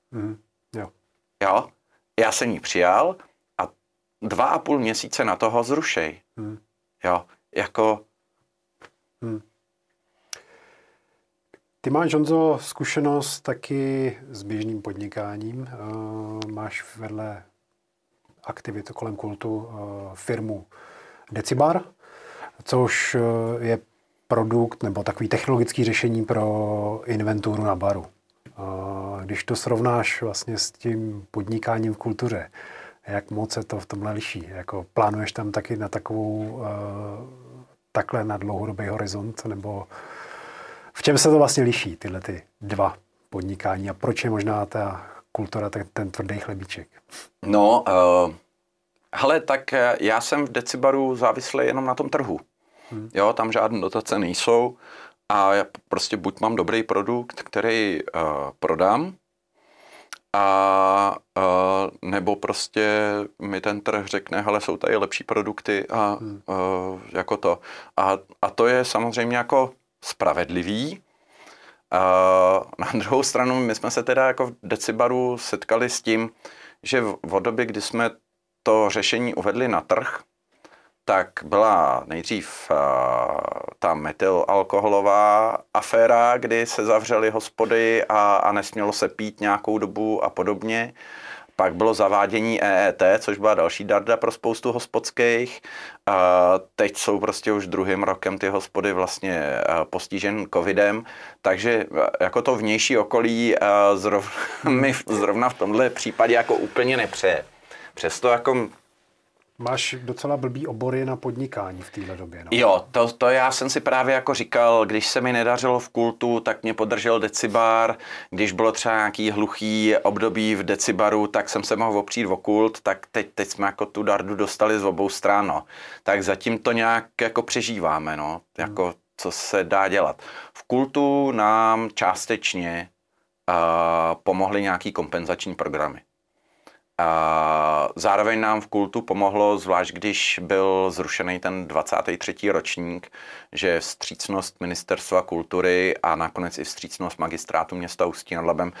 Jo? Já jsem ji přijal a 2,5 měsíce na toho zrušej. Jo, jako... Ty máš, Honzo, zkušenost taky s běžným podnikáním. Máš vedle aktivit kolem kultu firmu Decibar, což je produkt nebo takový technologický řešení pro inventuru na baru. Když to srovnáš vlastně s tím podnikáním v kultuře, jak moc se to v tomhle liší? Jako plánuješ tam taky na takovou takhle na dlouhodobý horizont, nebo v čem se to vlastně liší, tyhle ty dva podnikání a proč je možná ta kultura ten tvrdý chlebíček? No, hele, tak já jsem v Decibaru závislý jenom na tom trhu. Jo, tam žádné dotace nejsou a já prostě buď mám dobrý produkt, který prodám, a nebo prostě mi ten trh řekne, hele, jsou tady lepší produkty a jako to. A to je samozřejmě jako spravedlivý. Na druhou stranu my jsme se teda jako v Decibaru setkali s tím, že od doby, kdy jsme to řešení uvedli na trh, tak byla nejdřív ta metylalkoholová aféra, kdy se zavřely hospody a nesmělo se pít nějakou dobu a podobně. Pak bylo zavádění EET, což byla další darda pro spoustu hospodských. Teď jsou prostě už druhým rokem ty hospody vlastně postižen covidem, takže jako to vnější okolí mi zrovna v tomhle případě jako úplně nepřeje. Přesto jako... Máš docela blbý obory na podnikání v téhle době. No? Jo, to já jsem si právě jako říkal, když se mi nedařilo v kultu, tak mě podržel Decibar, když bylo třeba nějaký hluchý období v Decibaru, tak jsem se mohl opřít o kult, tak teď jsme jako tu dardu dostali z obou stran, no. Tak zatím to nějak jako přežíváme, no, jako co se dá dělat. V kultu nám částečně pomohly nějaký kompenzační programy. Zároveň nám v kultu pomohlo, zvlášť když byl zrušený ten 23. ročník, že vstřícnost Ministerstva kultury a nakonec i vstřícnost magistrátu města Ústí nad Labem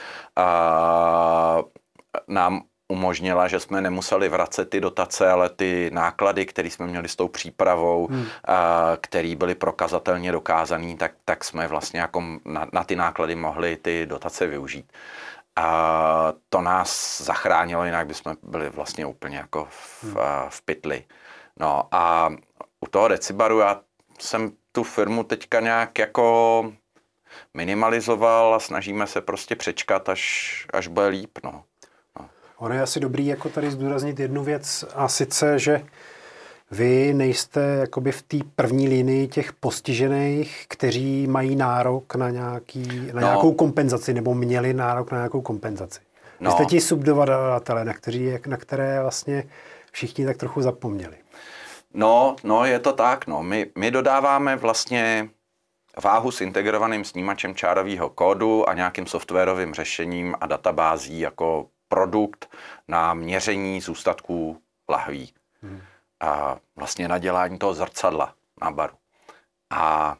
nám umožnila, že jsme nemuseli vracet ty dotace, ale ty náklady, které jsme měli s tou přípravou, které byly prokazatelně dokázané, tak jsme vlastně jako na ty náklady mohli ty dotace využít. A to nás zachránilo, jinak bychom byli vlastně úplně jako v pytli. No a u toho Decibaru já jsem tu firmu teďka nějak jako minimalizoval a snažíme se prostě přečkat, až bude líp, no. Ono je asi dobrý jako tady zdůraznit jednu věc, a sice, že vy nejste jakoby v té první linii těch postižených, kteří mají nárok na nějakou kompenzaci, nebo měli nárok na nějakou kompenzaci. Vy jste ti subdodavatelé, na které vlastně všichni tak trochu zapomněli. No, je to tak, no. My dodáváme vlastně váhu s integrovaným snímačem čárového kódu a nějakým softwarovým řešením a databází jako produkt na měření zůstatků lahví. A vlastně na dělání toho zrcadla na baru. A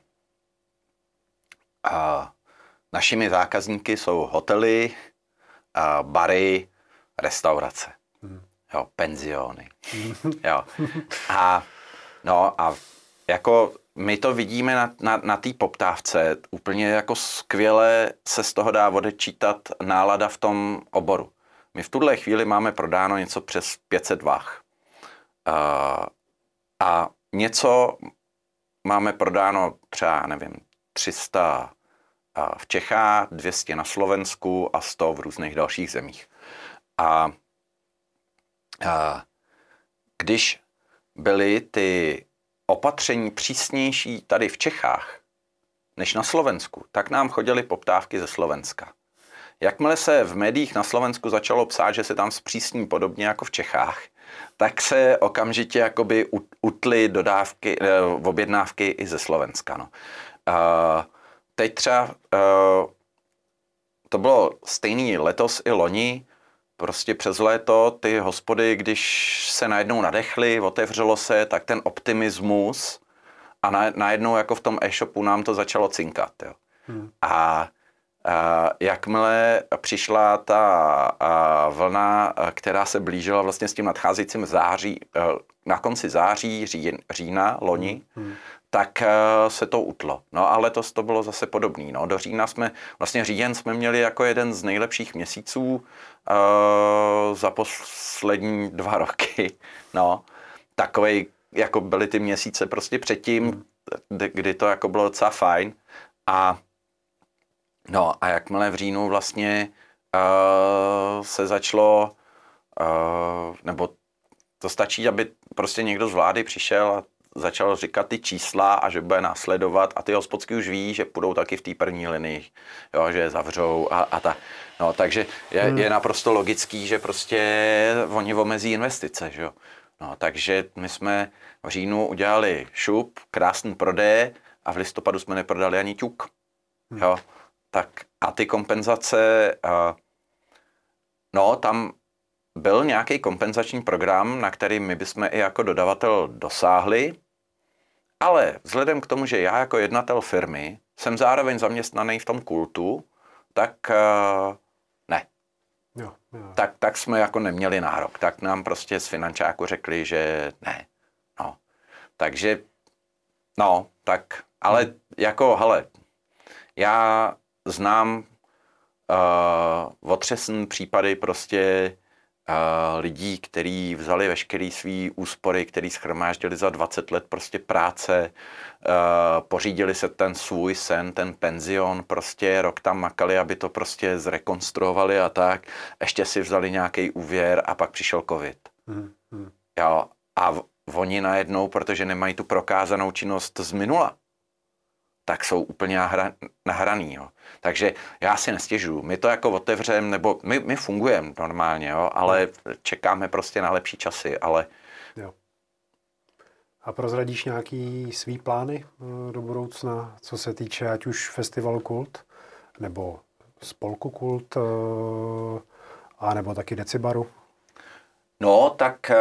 našimi zákazníky jsou hotely, bary, restaurace, jo, penziony. Jo. A jako my to vidíme na té poptávce, úplně jako skvěle se z toho dá odečítat nálada v tom oboru. My v tuhle chvíli máme prodáno něco přes 500 vah. A něco máme prodáno třeba, nevím, 300 v Čechách, 200 na Slovensku a 100 v různých dalších zemích. A když byly ty opatření přísnější tady v Čechách, než na Slovensku, tak nám chodily poptávky ze Slovenska. Jakmile se v médiích na Slovensku začalo psát, že se tam zpřísní podobně jako v Čechách, tak se okamžitě jakoby utly dodávky, objednávky i ze Slovenska. No. Teď třeba to bylo stejný letos i loni, prostě přes léto ty hospody, když se najednou nadechly, otevřelo se, tak ten optimismus a najednou jako v tom e-shopu nám to začalo cinkat. Jo. A jakmile přišla ta vlna, která se blížila vlastně s tím nadcházejícím září, na konci září, října, loni, tak se to utlo. No a letos to bylo zase podobný. No. Do října vlastně říjen jsme měli jako jeden z nejlepších měsíců za poslední 2 roky. No. Takovej, jako byly ty měsíce prostě předtím, kdy to jako bylo docela fajn. A jakmile v říjnu vlastně se začalo, nebo to stačí, aby prostě někdo z vlády přišel a začal říkat ty čísla a že bude následovat a ty hospodský už ví, že půjdou taky v té první linii, jo, že je zavřou a tak. No, takže je naprosto logický, že prostě oni omezí investice, že jo. No, takže my jsme v říjnu udělali šup, krásný prodej a v listopadu jsme neprodali ani ťuk, jo. Tak a ty kompenzace, tam byl nějaký kompenzační program, na který my bychom i jako dodavatel dosáhli, ale vzhledem k tomu, že já jako jednatel firmy jsem zároveň zaměstnaný v tom kultu, tak ne. Jo. Tak jsme jako neměli nárok. Tak nám prostě z finančáku řekli, že ne. No. Takže, ale jako, hele, já znám otřesný případy prostě lidí, kteří vzali veškerý svý úspory, který shromáždili za 20 let prostě práce, pořídili se ten svůj sen, ten penzion, prostě rok tam makali, aby to prostě zrekonstruovali a tak. Ještě si vzali nějaký úvěr a pak přišel covid. Jo, a oni najednou, protože nemají tu prokázanou činnost z minula, tak jsou úplně nahraný. Jo. Takže já si nestěžuju. My to jako otevřeme, nebo my fungujeme normálně, jo, ale čekáme prostě na lepší časy. Ale... Jo. A prozradíš nějaký svý plány do budoucna, co se týče ať už festivalu Kult, nebo spolku Kult, a nebo taky Decibaru? No, tak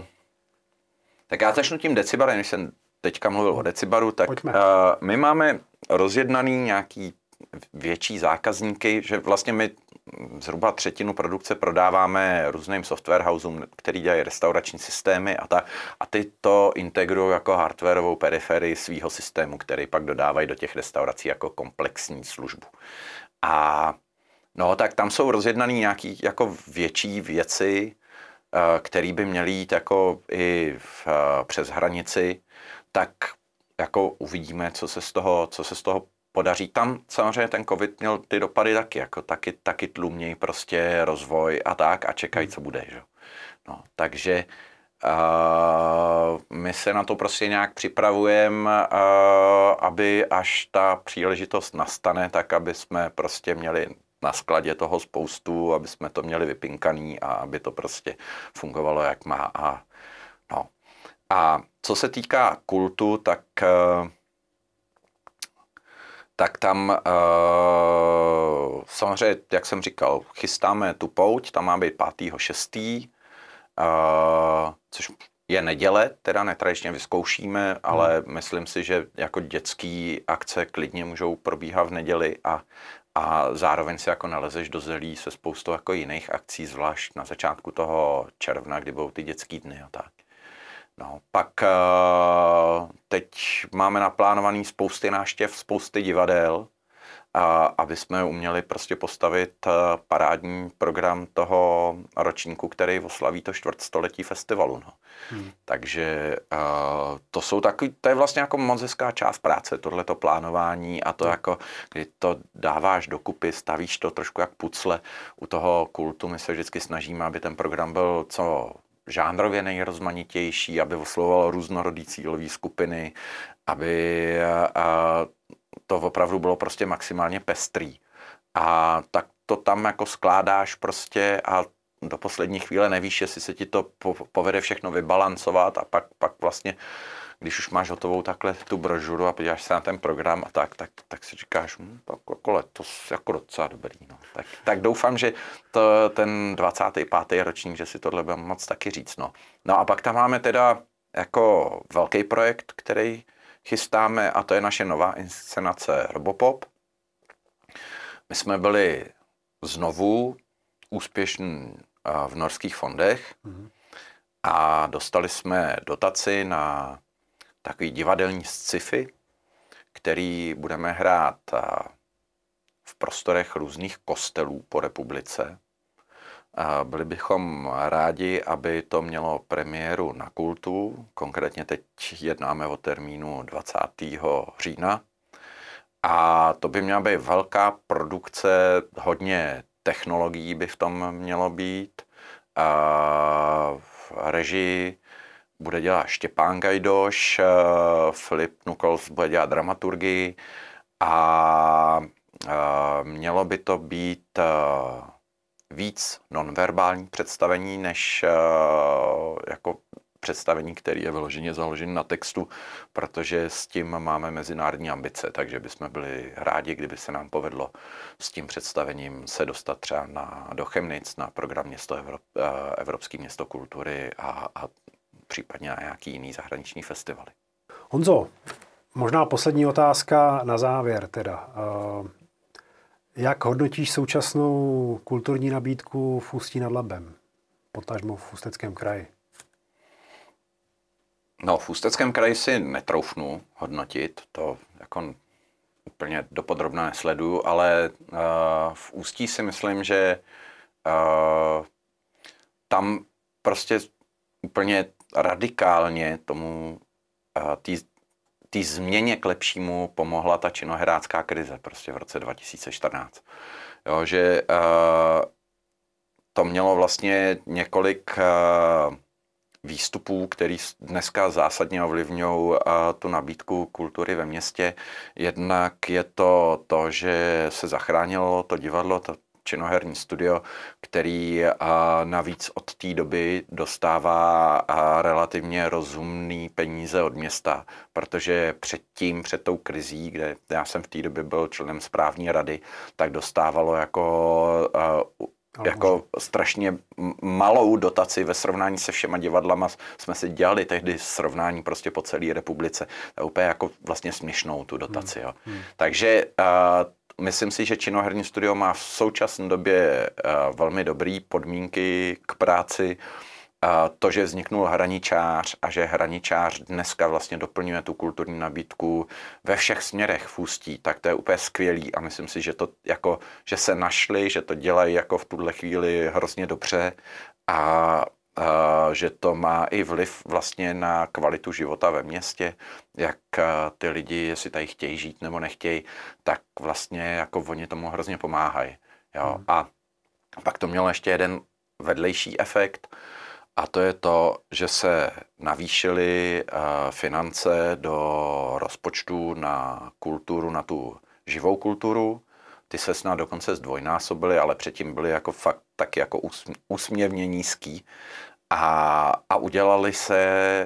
já začnu tím Decibarem, když jsem teďka mluvil o Decibaru, tak my máme rozjednaný nějaký větší zákazníky, že vlastně my zhruba 1/3 produkce prodáváme různým software houseům, který dělají restaurační systémy a ty to integrují jako hardwarovou periferii svýho systému, který pak dodávají do těch restaurací jako komplexní službu. A tak tam jsou rozjednaný nějaký jako větší věci, které by měly jít jako i přes hranici, tak jako uvidíme, co se z toho podaří. Tam samozřejmě ten covid měl ty dopady taky, jako taky tlumněj prostě rozvoj a tak a čekají, co bude. Že? No, takže my se na to prostě nějak připravujeme, aby až ta příležitost nastane, tak aby jsme prostě měli na skladě toho spoustu, aby jsme to měli vypinkaný a aby to prostě fungovalo, jak má. A co se týká kultu, tak tam samozřejmě, jak jsem říkal, chystáme tu pouť, tam má být 5.6., což je neděle, teda netradičně vyzkoušíme, ale myslím si, že jako dětský akce klidně můžou probíhat v neděli a zároveň si jako nalezeš do zelí se spoustou jako jiných akcí, zvlášť na začátku toho června, kdy budou ty dětský dny a tak. No, pak teď máme naplánovaný spousty návštěv, spousty divadel, aby jsme uměli prostě postavit parádní program toho ročníku, který oslaví to 400letí festivalu. No. Takže to je vlastně jako moc hezká část práce, tohleto plánování a to jako, kdy to dáváš dokupy, stavíš to trošku jak pucle. U toho kultu my se vždycky snažíme, aby ten program byl co žánrově nejrozmanitější, aby oslovoval různorodý cílové skupiny, aby to opravdu bylo prostě maximálně pestrý. A tak to tam jako skládáš prostě a do poslední chvíle nevíš, jestli se ti to povede všechno vybalancovat a pak vlastně, když už máš hotovou takhle tu brožuru a podíváš se na ten program a tak si říkáš, tak jako letos jako docela dobrý. No. Tak doufám, že ten 25. ročník, že si tohle budeme moc taky říct. No a pak tam máme teda jako velký projekt, který chystáme a to je naše nová inscenace Robopop. My jsme byli znovu úspěšní v norských fondech a dostali jsme dotaci na takový divadelní sci-fi, který budeme hrát v prostorech různých kostelů po republice. Byli bychom rádi, aby to mělo premiéru na Kultu, konkrétně teď jednáme o termínu 20. října. A to by měla být velká produkce, hodně technologií by v tom mělo být. V režii bude dělat Štěpán Gajdoš, Filip Nukols bude dělat dramaturgii a mělo by to být víc nonverbální představení, než jako představení, který je vyloženě založený na textu, protože s tím máme mezinárodní ambice, takže bychom byli rádi, kdyby se nám povedlo s tím představením se dostat třeba do Chemnitz na program Evropský město kultury a případně na nějaký jiný zahraniční festivaly. Honzo, možná poslední otázka na závěr teda. Jak hodnotíš současnou kulturní nabídku v Ústí nad Labem, potažmo v Ústeckém kraji? No, v Ústeckém kraji si netroufnu hodnotit, to jako úplně dopodrobna nesleduju, ale v Ústí si myslím, že tam prostě úplně radikálně tomu té změně k lepšímu pomohla ta činoherácká krize prostě v roce 2014. Jo, že to mělo vlastně několik výstupů, které dneska zásadně ovlivňují tu nabídku kultury ve městě. Jednak je to, že se zachránilo to divadlo, to činoherní studio, který navíc od té doby dostává relativně rozumný peníze od města, protože před tou krizí, kde já jsem v té době byl členem správní rady, tak dostávalo jako strašně malou dotaci ve srovnání se všema divadlama. Jsme si dělali tehdy srovnání prostě po celé republice. To je úplně jako vlastně směšnou tu dotaci. Jo. Takže myslím si, že činoherní studio má v současné době velmi dobré podmínky k práci. To, že vzniknul Hraničář a že Hraničář dneska vlastně doplňuje tu kulturní nabídku ve všech směrech v Ústí, tak to je úplně skvělý a myslím si, že to jako, že se našli, že to dělají jako v tuhle chvíli hrozně dobře a že to má i vliv vlastně na kvalitu života ve městě, jak ty lidi, jestli tady chtějí žít nebo nechtějí, tak vlastně jako oni tomu hrozně pomáhají. Jo? A pak to mělo ještě jeden vedlejší efekt, a to je to, že se navýšily finance do rozpočtu na kulturu, na tu živou kulturu. Ty se snad dokonce zdvojnásobily, ale předtím byly jako fakt taky jako úsměvně nízký. A udělali se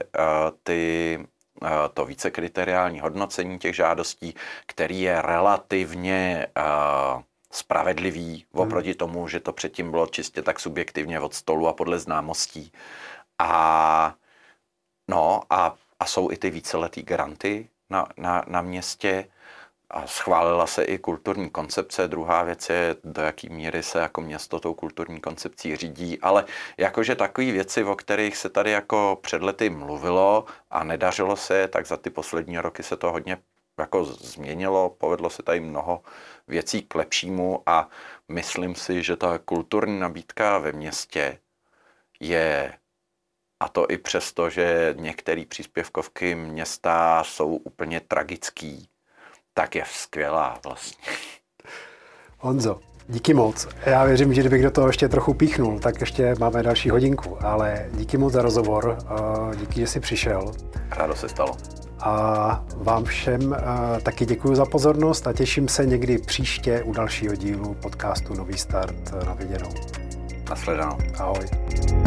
to vícekriteriální hodnocení těch žádostí, který je relativně spravedlivý oproti tomu, že to předtím bylo čistě tak subjektivně od stolu a podle známostí. A jsou i ty víceletý granty na městě. A schválila se i kulturní koncepce. Druhá věc je, do jaký míry se jako město tou kulturní koncepcí řídí. Ale jakože takové věci, o kterých se tady jako před lety mluvilo a nedařilo se, tak za ty poslední roky se to hodně jako změnilo. Povedlo se tady mnoho věcí k lepšímu a myslím si, že ta kulturní nabídka ve městě je, a to i přesto, že některé příspěvkovky města jsou úplně tragický, tak je skvělá vlastně. Honzo, díky moc. Já věřím, že kdybych do toho ještě trochu píchnul, tak ještě máme další hodinku, ale díky moc za rozhovor, díky, že jsi přišel. Rádo se stalo. A vám všem taky děkuji za pozornost a těším se někdy příště u dalšího dílu podcastu Nový start. Na viděnou. Nashledanou. Ahoj.